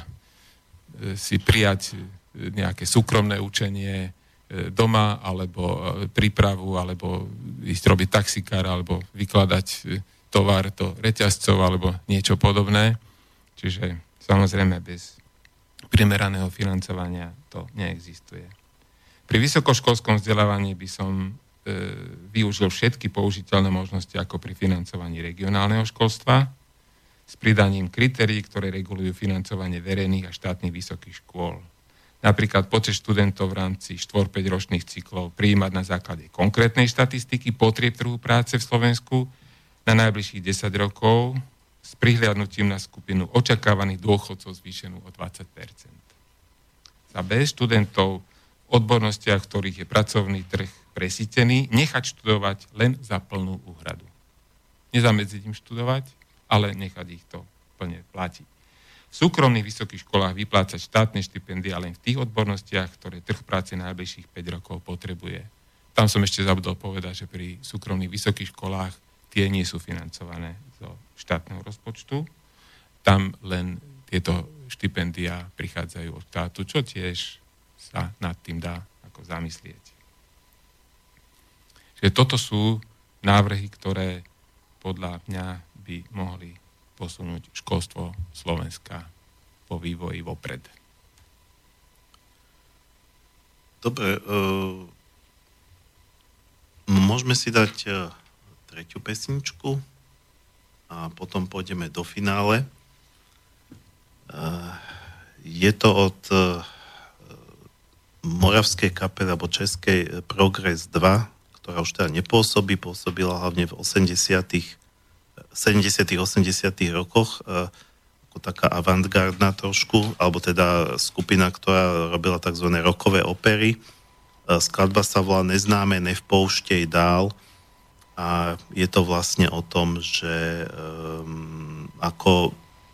si prijať nejaké súkromné učenie doma, alebo prípravu, alebo ísť robiť taxikár, alebo vykladať tovar do reťazcov, alebo niečo podobné. Čiže samozrejme bez primeraného financovania to neexistuje. Pri vysokoškolskom vzdelávaní by som využil všetky použiteľné možnosti ako pri financovaní regionálneho školstva s pridaním kritérií, ktoré regulujú financovanie verejných a štátnych vysokých škôl. Napríklad počet študentov v rámci 4-5 ročných cyklov prijímať na základe konkrétnej štatistiky potrieb trhu práce v Slovensku na najbližších 10 rokov s prihliadnutím na skupinu očakávaných dôchodcov zvýšenú o 20%. Za bez študentov v odbornostiach, ktorých je pracovný trh presýtený, nechať študovať len za plnú úhradu. Nezamedziť im študovať, ale nechať ich to plne platiť. V súkromných vysokých školách vyplácať štátne štipendia len v tých odbornostiach, ktoré trh práce najbližších 5 rokov potrebuje. Tam som ešte zabudol povedať, že pri súkromných vysokých školách tie nie sú financované zo štátneho rozpočtu. Tam len tieto štipendia prichádzajú od štátu, čo tiež sa nad tým dá ako zamyslieť. Čiže toto sú návrhy, ktoré podľa mňa by mohli posunúť školstvo Slovenska po vývoji vopred. Dobre, môžeme si dať tretiu pesničku a potom pôjdeme do finále. Je to od moravskej kapely alebo českej Progress 2, ktorá už teda nepôsobí, pôsobila hlavne v 70. 80. rokoch ako taká avantgardná trošku, alebo teda skupina, ktorá robila tzv. Rockové opery. Skladba sa volá Neznáme, nevpouštej dál a je to vlastne o tom, že ako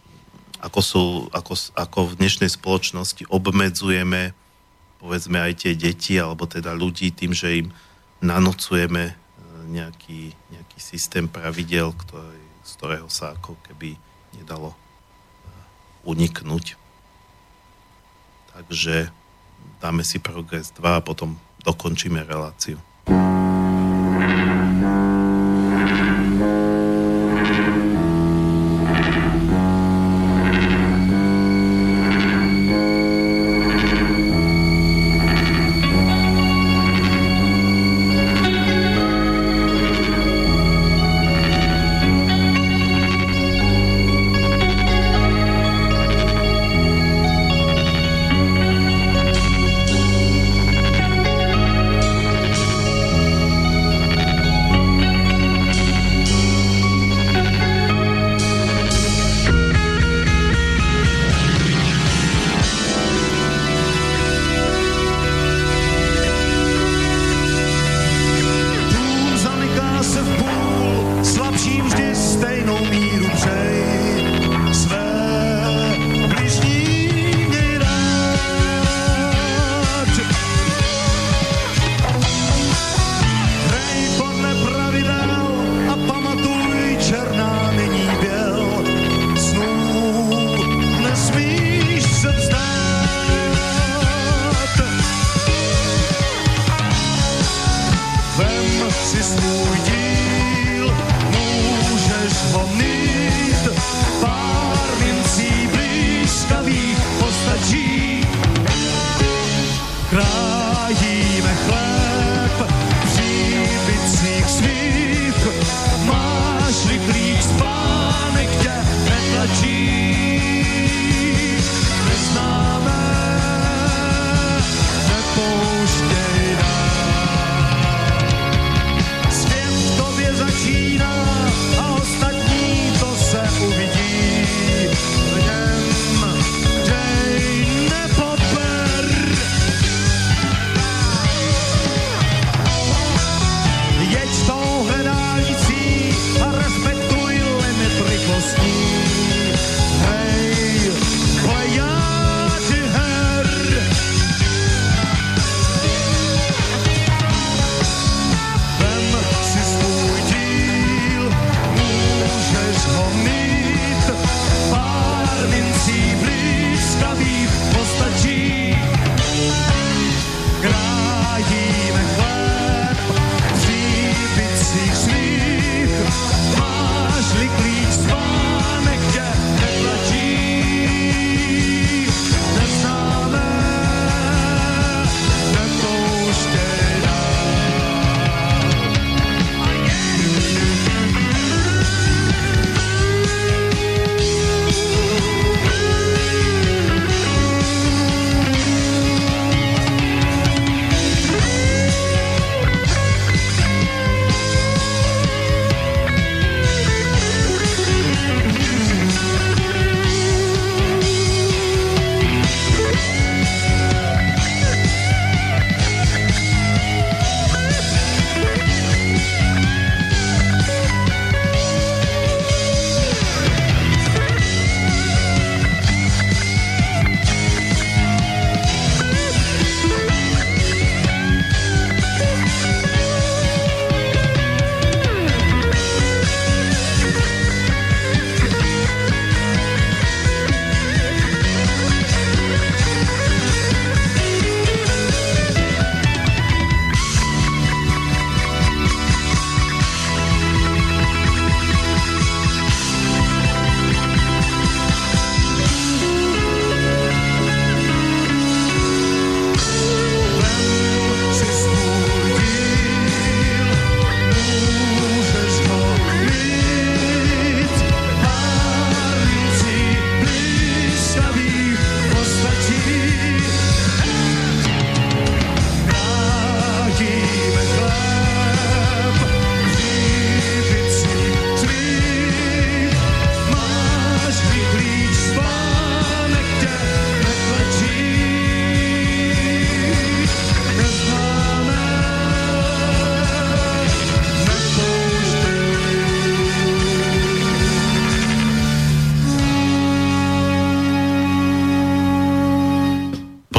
v dnešnej spoločnosti obmedzujeme povedzme aj tie deti, alebo teda ľudí tým, že im nanocujeme nejaký systém pravidel, z ktorého sa ako keby nedalo uniknúť. Takže dáme si Progress 2 a potom dokončíme reláciu.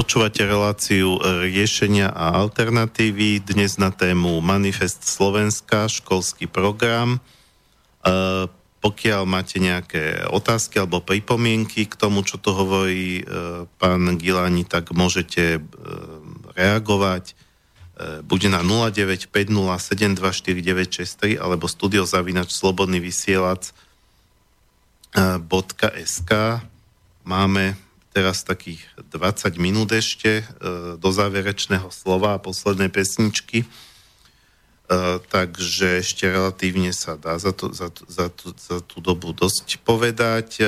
Počúvate reláciu riešenia a alternatívy. Dnes na tému Manifest Slovenska, školský program. Pokiaľ máte nejaké otázky alebo pripomienky k tomu, čo to hovorí pán Gilani, tak môžete reagovať buď na 0950724963 alebo studiozavinačslobodnyvysielac.sk. Máme teraz takých 20 minút ešte do záverečného slova a poslednej pesničky. Takže ešte relatívne sa dá za tú dobu dosť povedať.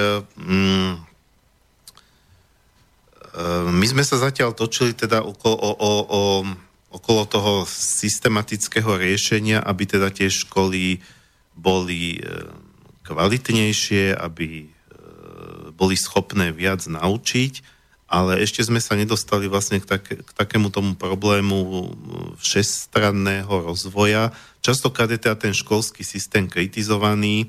My sme sa zatiaľ točili teda okolo toho systematického riešenia, aby teda tie školy boli kvalitnejšie, aby boli schopné viac naučiť, ale ešte sme sa nedostali vlastne k takému tomu problému všestranného rozvoja. Častokrát je teda ten školský systém kritizovaný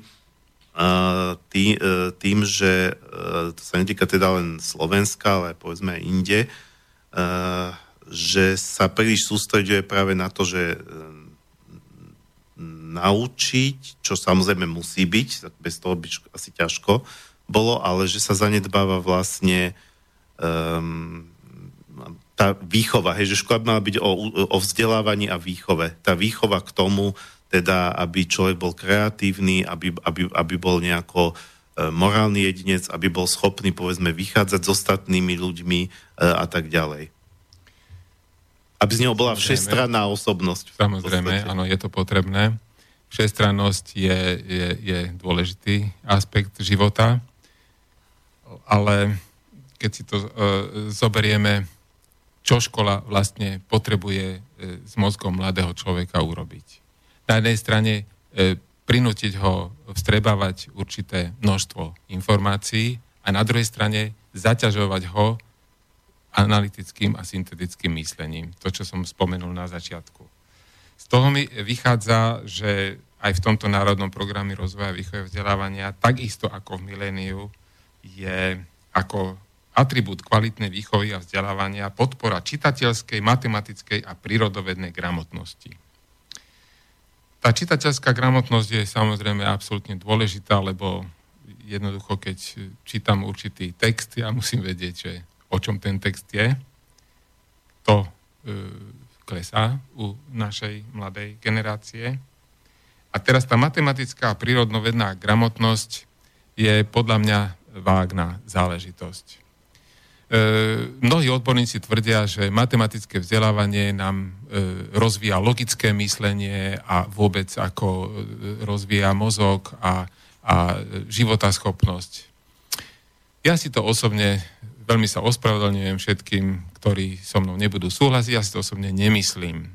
tým, že to sa netýka teda len Slovenska, ale povedzme aj inde, že sa príliš sústreďuje práve na to, že naučiť, čo samozrejme musí byť, bez toho by asi ťažko bolo, ale že sa zanedbáva vlastne tá výchova, že škola mala byť o vzdelávaní a výchove. Tá výchova k tomu, teda, aby človek bol kreatívny, aby bol nejako morálny jedinec, aby bol schopný, povedzme, vychádzať s ostatnými ľuďmi a tak ďalej. Aby z neho bola všestranná osobnosť. Samozrejme, áno, je to potrebné. Všestrannosť je dôležitý aspekt života, ale keď si to zoberieme, čo škola vlastne potrebuje s mozgom mladého človeka urobiť. Na jednej strane prinútiť ho vstrebávať určité množstvo informácií a na druhej strane zaťažovať ho analytickým a syntetickým myslením. To, čo som spomenul na začiatku. Z toho mi vychádza, že aj v tomto národnom programe rozvoja výchovy vzdelávania, takisto ako v miléniu, je ako atribút kvalitnej výchovy a vzdelávania podpora čitateľskej, matematickej a prírodovednej gramotnosti. Tá čitateľská gramotnosť je samozrejme absolútne dôležitá, lebo jednoducho, keď čítam určitý text, ja musím vedieť, že o čom ten text je. To klesá u našej mladej generácie. A teraz tá matematická a prírodnovedná gramotnosť je podľa mňa vágna záležitosť. Mnohí odborníci tvrdia, že matematické vzdelávanie nám rozvíja logické myslenie a vôbec ako rozvíja mozog a životaschopnosť. Ja si to osobne, veľmi sa ospravedlňujem všetkým, ktorí so mnou nebudú súhlasiť, ja si to osobne nemyslím.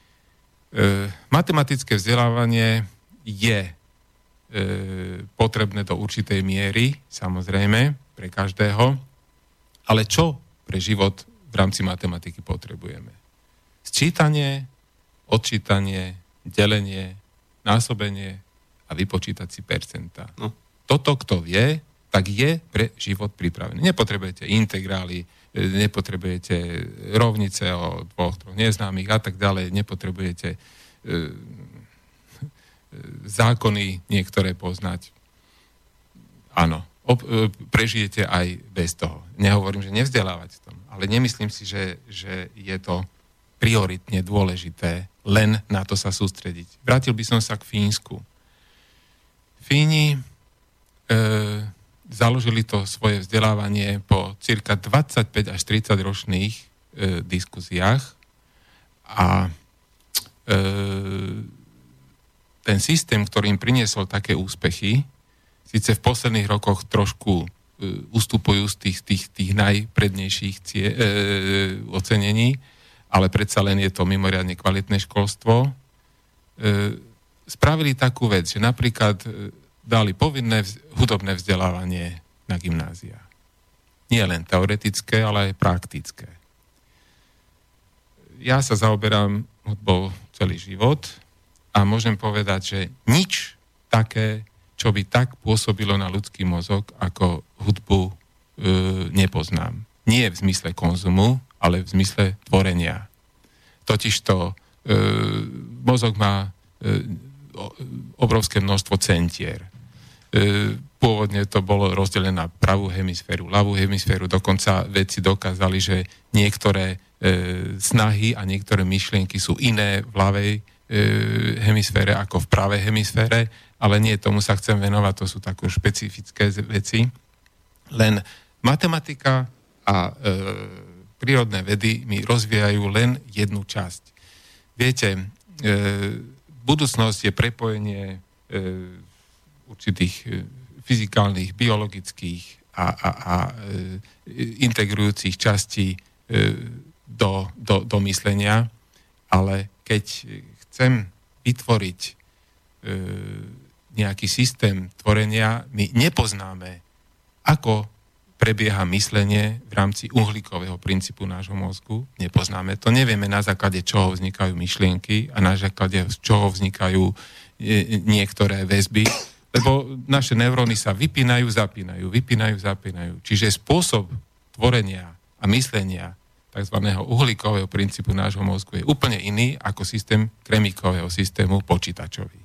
Matematické vzdelávanie je potrebné do určitej miery, samozrejme, pre každého, ale čo pre život v rámci matematiky potrebujeme? Sčítanie, odčítanie, delenie, násobenie a vypočítať si percentá. No. Toto, kto vie, tak je pre život pripravený. Nepotrebujete integrály, nepotrebujete rovnice o dvoch, troch neznámych a tak ďalej, nepotrebujete zákony niektoré poznať. Áno, prežijete aj bez toho. Nehovorím, že nevzdelávať v tom, ale nemyslím si, že je to prioritne dôležité len na to sa sústrediť. Vrátil by som sa k Fínsku. Fíni založili to svoje vzdelávanie po cirka 25 až 30 ročných diskuziách a ten systém, ktorý im priniesol také úspechy, síce v posledných rokoch trošku ustupujú z tých najprednejších ocenení, ale predsa len je to mimoriadne kvalitné školstvo, spravili takú vec, že napríklad dali povinné hudobné vzdelávanie na gymnáziách. Nie len teoretické, ale aj praktické. Ja sa zaoberám hudbou celý život a môžem povedať, že nič také, čo by tak pôsobilo na ľudský mozog, ako hudbu nepoznám. Nie v zmysle konzumu, ale v zmysle tvorenia. Totižto mozog má obrovské množstvo centier. Pôvodne to bolo rozdelené na pravú hemisféru, ľavú hemisféru, dokonca vedci dokázali, že niektoré snahy a niektoré myšlienky sú iné v ľavej hemisfére ako v pravej hemisfére, ale nie, tomu sa chcem venovať, to sú také špecifické veci. Len matematika a prírodné vedy mi rozvíjajú len jednu časť. Viete, budúcnosť je prepojenie určitých fyzikálnych, biologických a integrujúcich častí do myslenia, ale keď chcem vytvoriť nejaký systém tvorenia, my nepoznáme, ako prebieha myslenie v rámci uhlíkového princípu nášho mozgu. Nepoznáme to. Nevieme, na základe čoho vznikajú myšlienky a na základe čoho vznikajú niektoré väzby, lebo naše neuróny sa vypínajú, zapínajú. Čiže spôsob tvorenia a myslenia tzv. Uhlíkového princípu nášho mozgu je úplne iný ako systém kremíkového systému počítačový.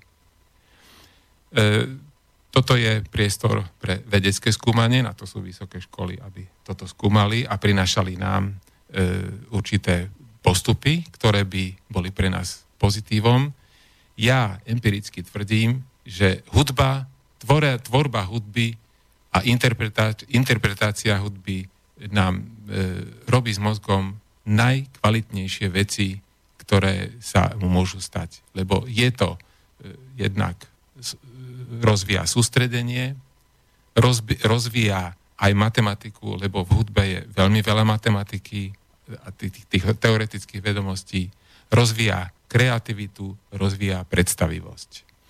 Toto je priestor pre vedecké skúmanie, na to sú vysoké školy, aby toto skúmali a prinášali nám určité postupy, ktoré by boli pre nás pozitívom. Ja empiricky tvrdím, že tvorba hudby a interpretácia hudby nám robí s mozgom najkvalitnejšie veci, ktoré sa mu môžu stať. Lebo je to jednak rozvíja sústredenie, rozvíja aj matematiku, lebo v hudbe je veľmi veľa matematiky a tých teoretických vedomostí, rozvíja kreativitu, rozvíja predstavivosť.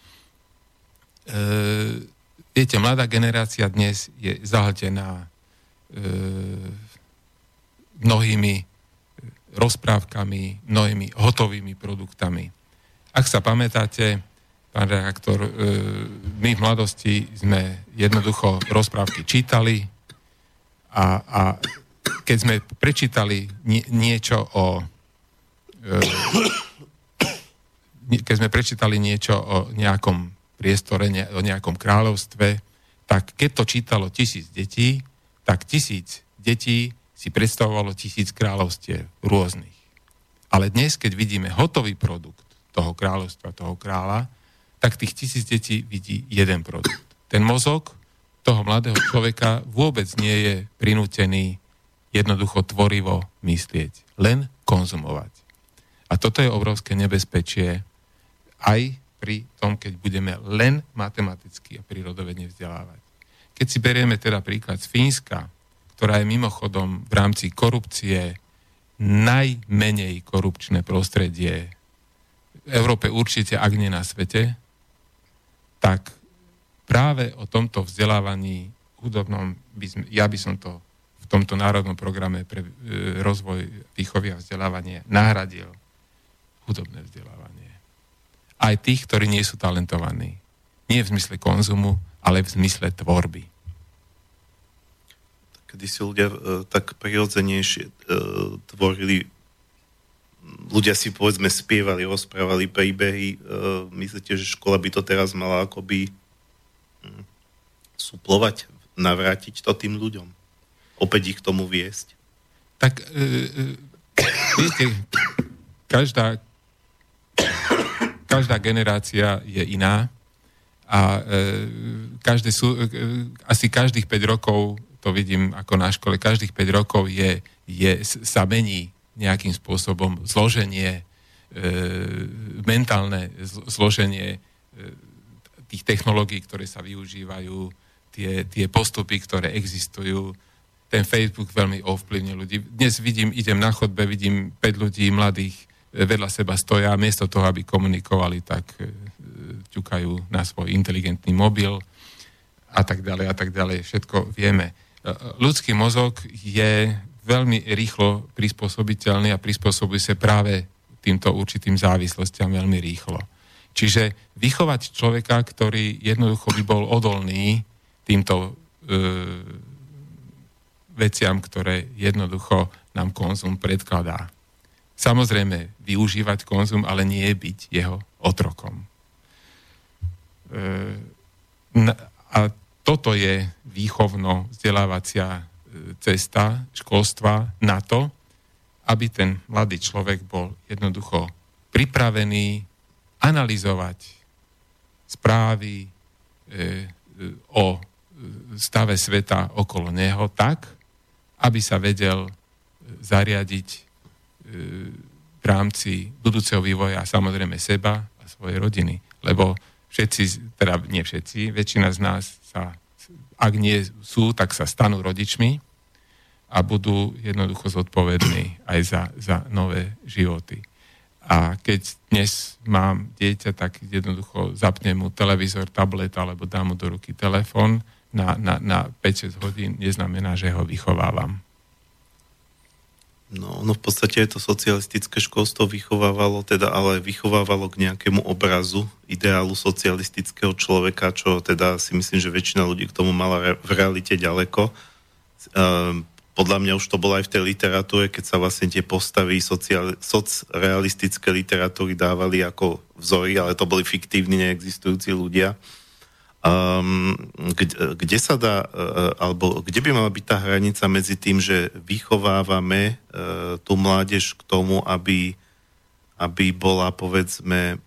Viete, mladá generácia dnes je zahltená mnohými rozprávkami, mnohými hotovými produktami. Ak sa pamätáte, pán redaktor, my v mladosti sme jednoducho rozprávky čítali a keď sme prečítali niečo o nejakom priestore, o nejakom kráľovstve, tak keď to čítalo 1000 detí, tak 1000 detí si predstavovalo 1000 kráľovstiev rôznych. Ale dnes, keď vidíme hotový produkt toho kráľovstva, toho kráľa, tak tých 1000 detí vidí jeden produkt. Ten mozog toho mladého človeka vôbec nie je prinútený jednoducho tvorivo myslieť, len konzumovať. A toto je obrovské nebezpečie aj pri tom, keď budeme len matematicky a prírodovedne vzdelávať. Keď si berieme teda príklad z Fínska, ktorá je mimochodom v rámci korupcie najmenej korupčné prostredie v Európe určite, ak nie na svete, tak práve o tomto vzdelávaní hudobnom ja by som to v tomto národnom programe pre rozvoj výchovy a vzdelávanie nahradil hudobné vzdelávanie. Aj tých, ktorí nie sú talentovaní. Nie v zmysle konzumu, ale v zmysle tvorby. Kedy si ľudia tak prirodzenejšie tvorili, ľudia si povedzme spievali, rozprávali príbehy. Myslíte, že škola by to teraz mala akoby suplovať, navrátiť to tým ľuďom? Opäť ich k tomu viesť? Tak viete, každá generácia je iná a asi každých 5 rokov, to vidím ako na škole, každých 5 rokov sa mení nejakým spôsobom zloženie, mentálne zloženie tých technológií, ktoré sa využívajú, tie postupy, ktoré existujú. Ten Facebook veľmi ovplyvnil ľudí. Dnes idem na chodbe, vidím 5 ľudí mladých vedľa seba stoja, miesto toho, aby komunikovali, tak ťukajú na svoj inteligentný mobil a tak ďalej, všetko vieme. Ľudský mozog je veľmi rýchlo prispôsobiteľný a prispôsobuje sa práve týmto určitým závislostiam veľmi rýchlo. Čiže vychovať človeka, ktorý jednoducho by bol odolný týmto veciam, ktoré jednoducho nám konzum predkladá. Samozrejme, využívať konzum, ale nie byť jeho otrokom. A toto je výchovno-vzdelávacia cesta školstva na to, aby ten mladý človek bol jednoducho pripravený analyzovať správy o stave sveta okolo neho tak, aby sa vedel zariadiť v rámci budúceho vývoja samozrejme seba a svojej rodiny. Lebo všetci, teda nie všetci, väčšina z nás sa, ak nie sú, tak sa stanú rodičmi a budú jednoducho zodpovední aj za nové životy. A keď dnes mám dieťa, tak jednoducho zapnem mu televízor, tablet alebo dám mu do ruky telefón na 5-6 hodín, neznamená, že ho vychovávam. No v podstate aj to socialistické školstvo vychovávalo, teda ale vychovávalo k nejakému obrazu ideálu socialistického človeka, čo teda si myslím, že väčšina ľudí k tomu mala v realite ďaleko. Podľa mňa už to bolo aj v tej literatúre, keď sa vlastne tie postavy socrealistické literatúry dávali ako vzory, ale to boli fiktívni, neexistujúci ľudia. Kde sa dá, alebo kde by mala byť tá hranica medzi tým, že vychovávame tú mládež k tomu, aby bola, povedzme,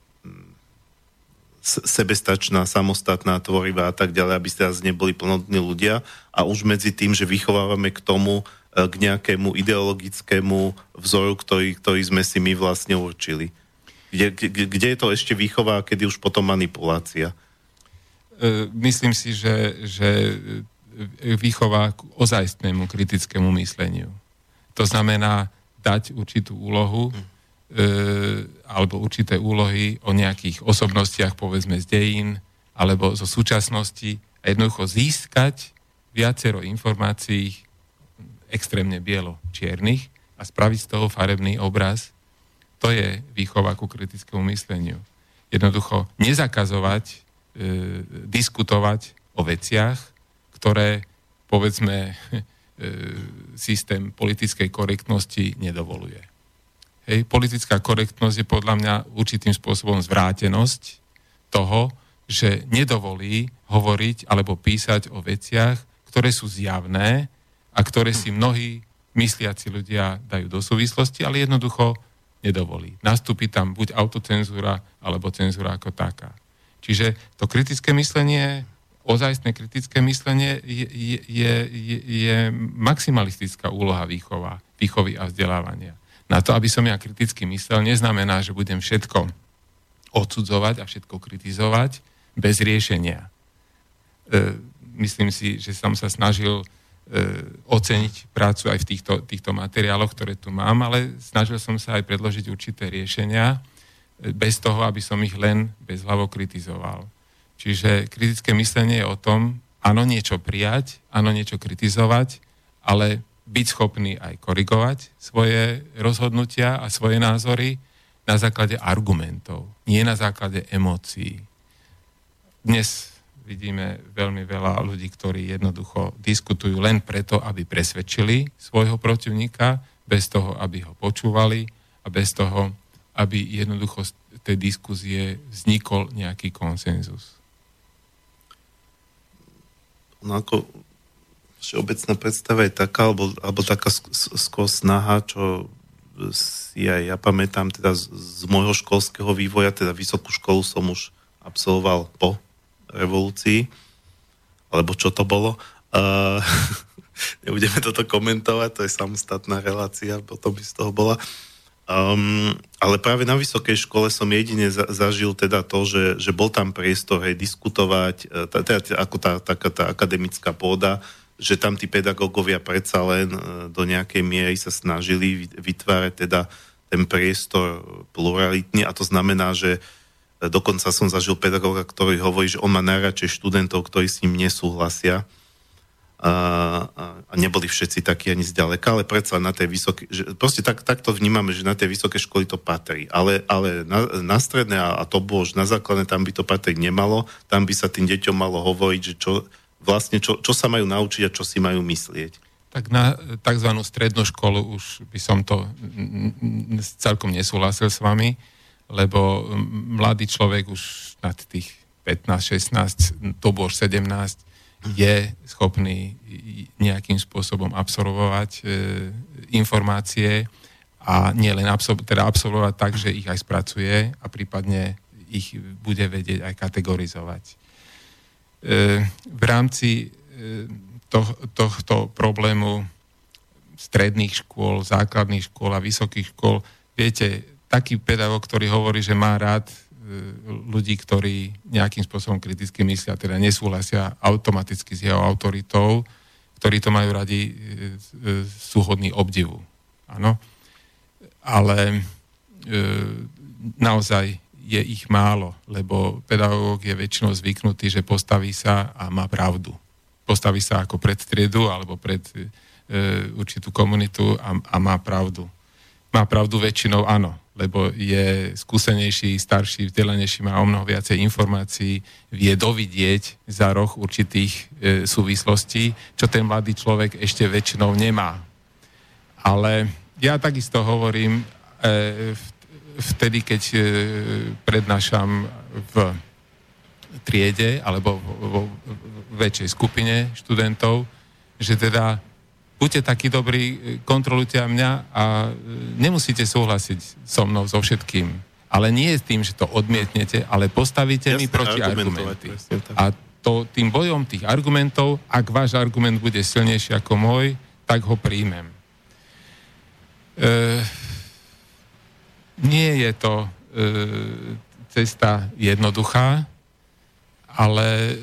sebestačná, samostatná, tvorivá a tak ďalej, aby ste neboli plnohodnotní ľudia, a už medzi tým, že vychovávame k tomu, k nejakému ideologickému vzoru, ktorý sme si my vlastne určili. Kde je to ešte výchova a kedy už potom manipulácia? Myslím si, že výchova k ozajstnému kritickému mysleniu. To znamená dať určitú úlohu alebo určité úlohy o nejakých osobnostiach, povedzme z dejín alebo zo súčasnosti a jednoducho získať viacero informácií extrémne bielo-čiernych a spraviť z toho farebný obraz. To je výchova ku kritickému mysleniu. Jednoducho nezakazovať diskutovať o veciach, ktoré, povedzme, systém politickej korektnosti nedovoluje. Hej, politická korektnosť je podľa mňa určitým spôsobom zvrátenosť toho, že nedovolí hovoriť alebo písať o veciach, ktoré sú zjavné a ktoré si mnohí mysliaci ľudia dajú do súvislosti, ale jednoducho nedovolí. Nastúpi tam buď autocenzúra, alebo cenzúra ako taká. Čiže to kritické myslenie, ozajstné kritické myslenie je maximalistická úloha výchovy a vzdelávania. Na to, aby som ja kriticky myslel, neznamená, že budem všetko odsudzovať a všetko kritizovať bez riešenia. Myslím si, že som sa snažil oceniť prácu aj v týchto materiáloch, ktoré tu mám, ale snažil som sa aj predložiť určité riešenia, bez toho, aby som ich len bezhlavo kritizoval. Čiže kritické myslenie je o tom, áno, niečo prijať, áno, niečo kritizovať, ale byť schopný aj korigovať svoje rozhodnutia a svoje názory na základe argumentov, nie na základe emócií. Dnes vidíme veľmi veľa ľudí, ktorí jednoducho diskutujú len preto, aby presvedčili svojho protivníka, bez toho, aby ho počúvali a bez toho, aby jednoducho z tej diskuzie vznikol nejaký konsenzus. No ako všeobecná predstava je taká, alebo taká skôr snaha, čo si aj ja pamätám teda z môjho školského vývoja, teda vysokú školu som už absolvoval po revolúcii, alebo čo to bolo. Nebudeme toto komentovať, to je samostatná relácia, potom by z toho bola. Ale práve na vysokej škole som jedine zažil teda to, že bol tam priestor diskutovať, ako tá akademická pôda, že tam tí pedagógovia predsa len do nejakej miery sa snažili vytvárať teda ten priestor pluralitný, a to znamená, že dokonca som zažil pedagóga, ktorý hovorí, že on má najradšej študentov, ktorí s ním nesúhlasia, a neboli všetci takí ani zďaleka, ale predsa na tej vysokej, proste takto vnímame, že na tej vysokej školy to patrí, ale na stredné a to bolo už na základné, tam by to patriť nemalo, tam by sa tým deťom malo hovoriť, že čo sa majú naučiť a čo si majú myslieť. Tak na tzv. Strednú školu už by som to celkom nesúhlasil s vami, lebo mladý človek už nad tých 15, 16, to bolo 17, je schopný nejakým spôsobom absorbovať informácie a nie len absorbovať tak, že ich aj spracuje a prípadne ich bude vedieť aj kategorizovať. V rámci tohto problému stredných škôl, základných škôl a vysokých škôl, viete, taký pedagóg, ktorý hovorí, že má rád ľudí, ktorí nejakým spôsobom kriticky myslia, teda nesúhlasia automaticky s jeho autoritou, ktorí to majú radi, sú hodní obdivu. Áno? Ale naozaj je ich málo, lebo pedagóg je väčšinou zvyknutý, že postaví sa a má pravdu. Postaví sa ako pred triedu alebo pred určitú komunitu a má pravdu. Má pravdu väčšinou áno, lebo je skúsenejší, starší, vzdelanejší, má o mnoho viacej informácií, vie dovidieť za roh určitých súvislostí, čo ten mladý človek ešte väčšinou nemá. Ale ja takisto hovorím vtedy, keď prednášam v triede alebo vo väčšej skupine študentov, že teda buďte takí dobrí, kontrolujte mňa a nemusíte súhlasiť so mnou so všetkým. Ale nie s tým, že to odmietnete, ale postavíte mi proti argumenty. A to tým bojom tých argumentov, ak váš argument bude silnejší ako môj, tak ho príjmem. Nie je to cesta jednoduchá, ale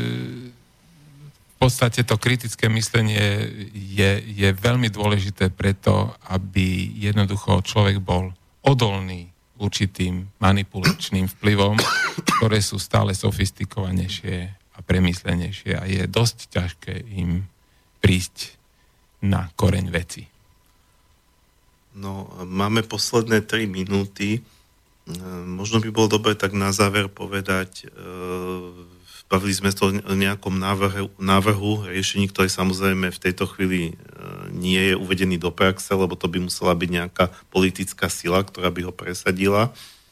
v podstate to kritické myslenie je veľmi dôležité preto, aby jednoducho človek bol odolný určitým manipulačným vplyvom, ktoré sú stále sofistikovanejšie a premyslenejšie a je dosť ťažké im prísť na koreň veci. No, máme posledné 3 minúty. Možno by bolo dobre tak na záver povedať, bavili sme to o nejakom návrhu riešení, ktoré samozrejme v tejto chvíli nie je uvedený do praxe, lebo to by musela byť nejaká politická sila, ktorá by ho presadila.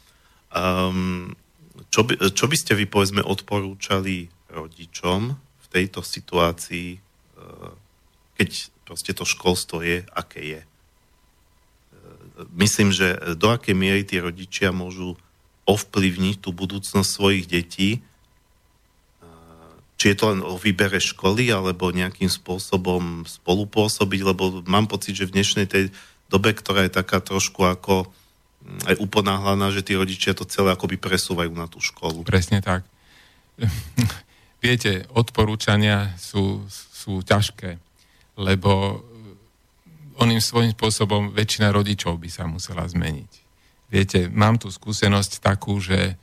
Čo by ste vy, povedzme, odporúčali rodičom v tejto situácii, keď proste to školstvo je, aké je? Myslím, že do akej miery tí rodičia môžu ovplyvniť tú budúcnosť svojich detí, či je to len o výbere školy, alebo nejakým spôsobom spolupôsobiť, lebo mám pocit, že v dnešnej tej dobe, ktorá je taká trošku ako aj uponáhlaná, že tí rodičia to celé akoby presúvajú na tú školu. Presne tak. Viete, odporúčania sú ťažké, lebo oným svojím spôsobom väčšina rodičov by sa musela zmeniť. Viete, mám tu skúsenosť takú, že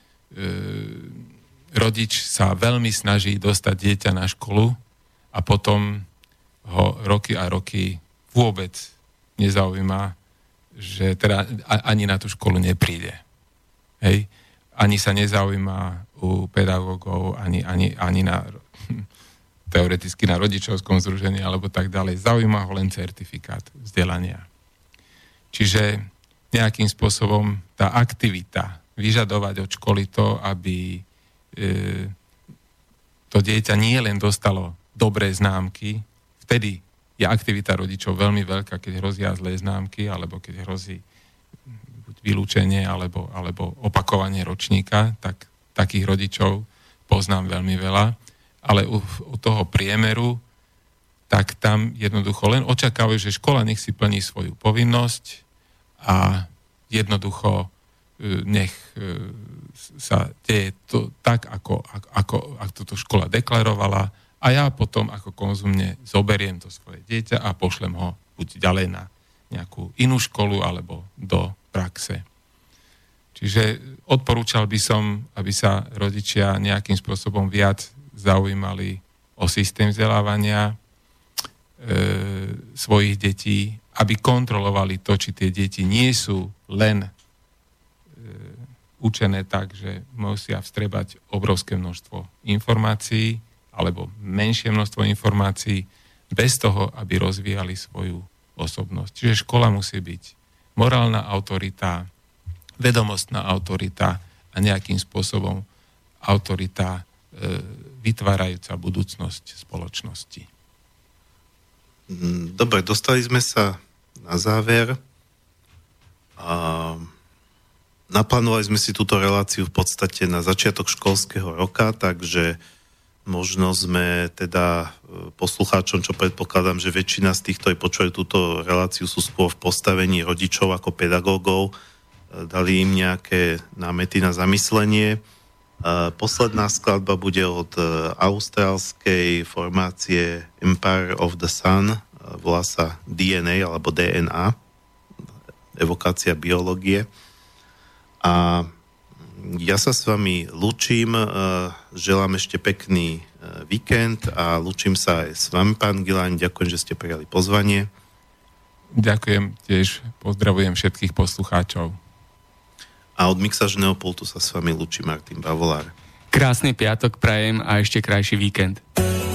rodič sa veľmi snaží dostať dieťa na školu a potom ho roky a roky vôbec nezaujíma, že teda ani na tú školu nepríde. Hej? Ani sa nezaujíma u pedagógov, ani na teoreticky na rodičovskom združení alebo tak ďalej. Zaujíma ho len certifikát vzdelania. Čiže nejakým spôsobom tá aktivita vyžadovať od školy to, aby to dieťa nie len dostalo dobré známky, vtedy je aktivita rodičov veľmi veľká, keď hrozia zlé známky, alebo keď hrozí vylúčenie, alebo opakovanie ročníka, tak takých rodičov poznám veľmi veľa. Ale u toho priemeru, tak tam jednoducho len očakávajú, že škola nech si plní svoju povinnosť a jednoducho nech sa deje to tak, ako toto škola deklarovala a ja potom ako konzumne zoberiem to svoje dieťa a pošlem ho buď ďalej na nejakú inú školu alebo do praxe. Čiže odporúčal by som, aby sa rodičia nejakým spôsobom viac zaujímali o systém vzdelávania svojich detí, aby kontrolovali to, či tie deti nie sú len učené tak, že musia vstrebať obrovské množstvo informácií alebo menšie množstvo informácií, bez toho, aby rozvíjali svoju osobnosť. Čiže škola musí byť morálna autorita, vedomostná autorita a nejakým spôsobom autorita vytvárajúca budúcnosť spoločnosti. Dobre, dostali sme sa na záver. Naplánovali sme si túto reláciu v podstate na začiatok školského roka, takže možno sme teda poslucháčom, čo predpokladám, že väčšina z tých, ktorí počúvajú túto reláciu, sú skôr v postavení rodičov ako pedagógov, dali im nejaké námety na zamyslenie. Posledná skladba bude od austrálskej formácie Empire of the Sun, volá sa DNA alebo DNA, evokácia biológie. A ja sa s vami lúčim, želám ešte pekný víkend a lúčim sa aj s vami, pán Giláň, ďakujem, že ste prijali pozvanie. Ďakujem, tiež pozdravujem všetkých poslucháčov. A od mixažného pultu sa s vami lúči Martin Bavolár. Krásny piatok prajem a ešte krajší víkend.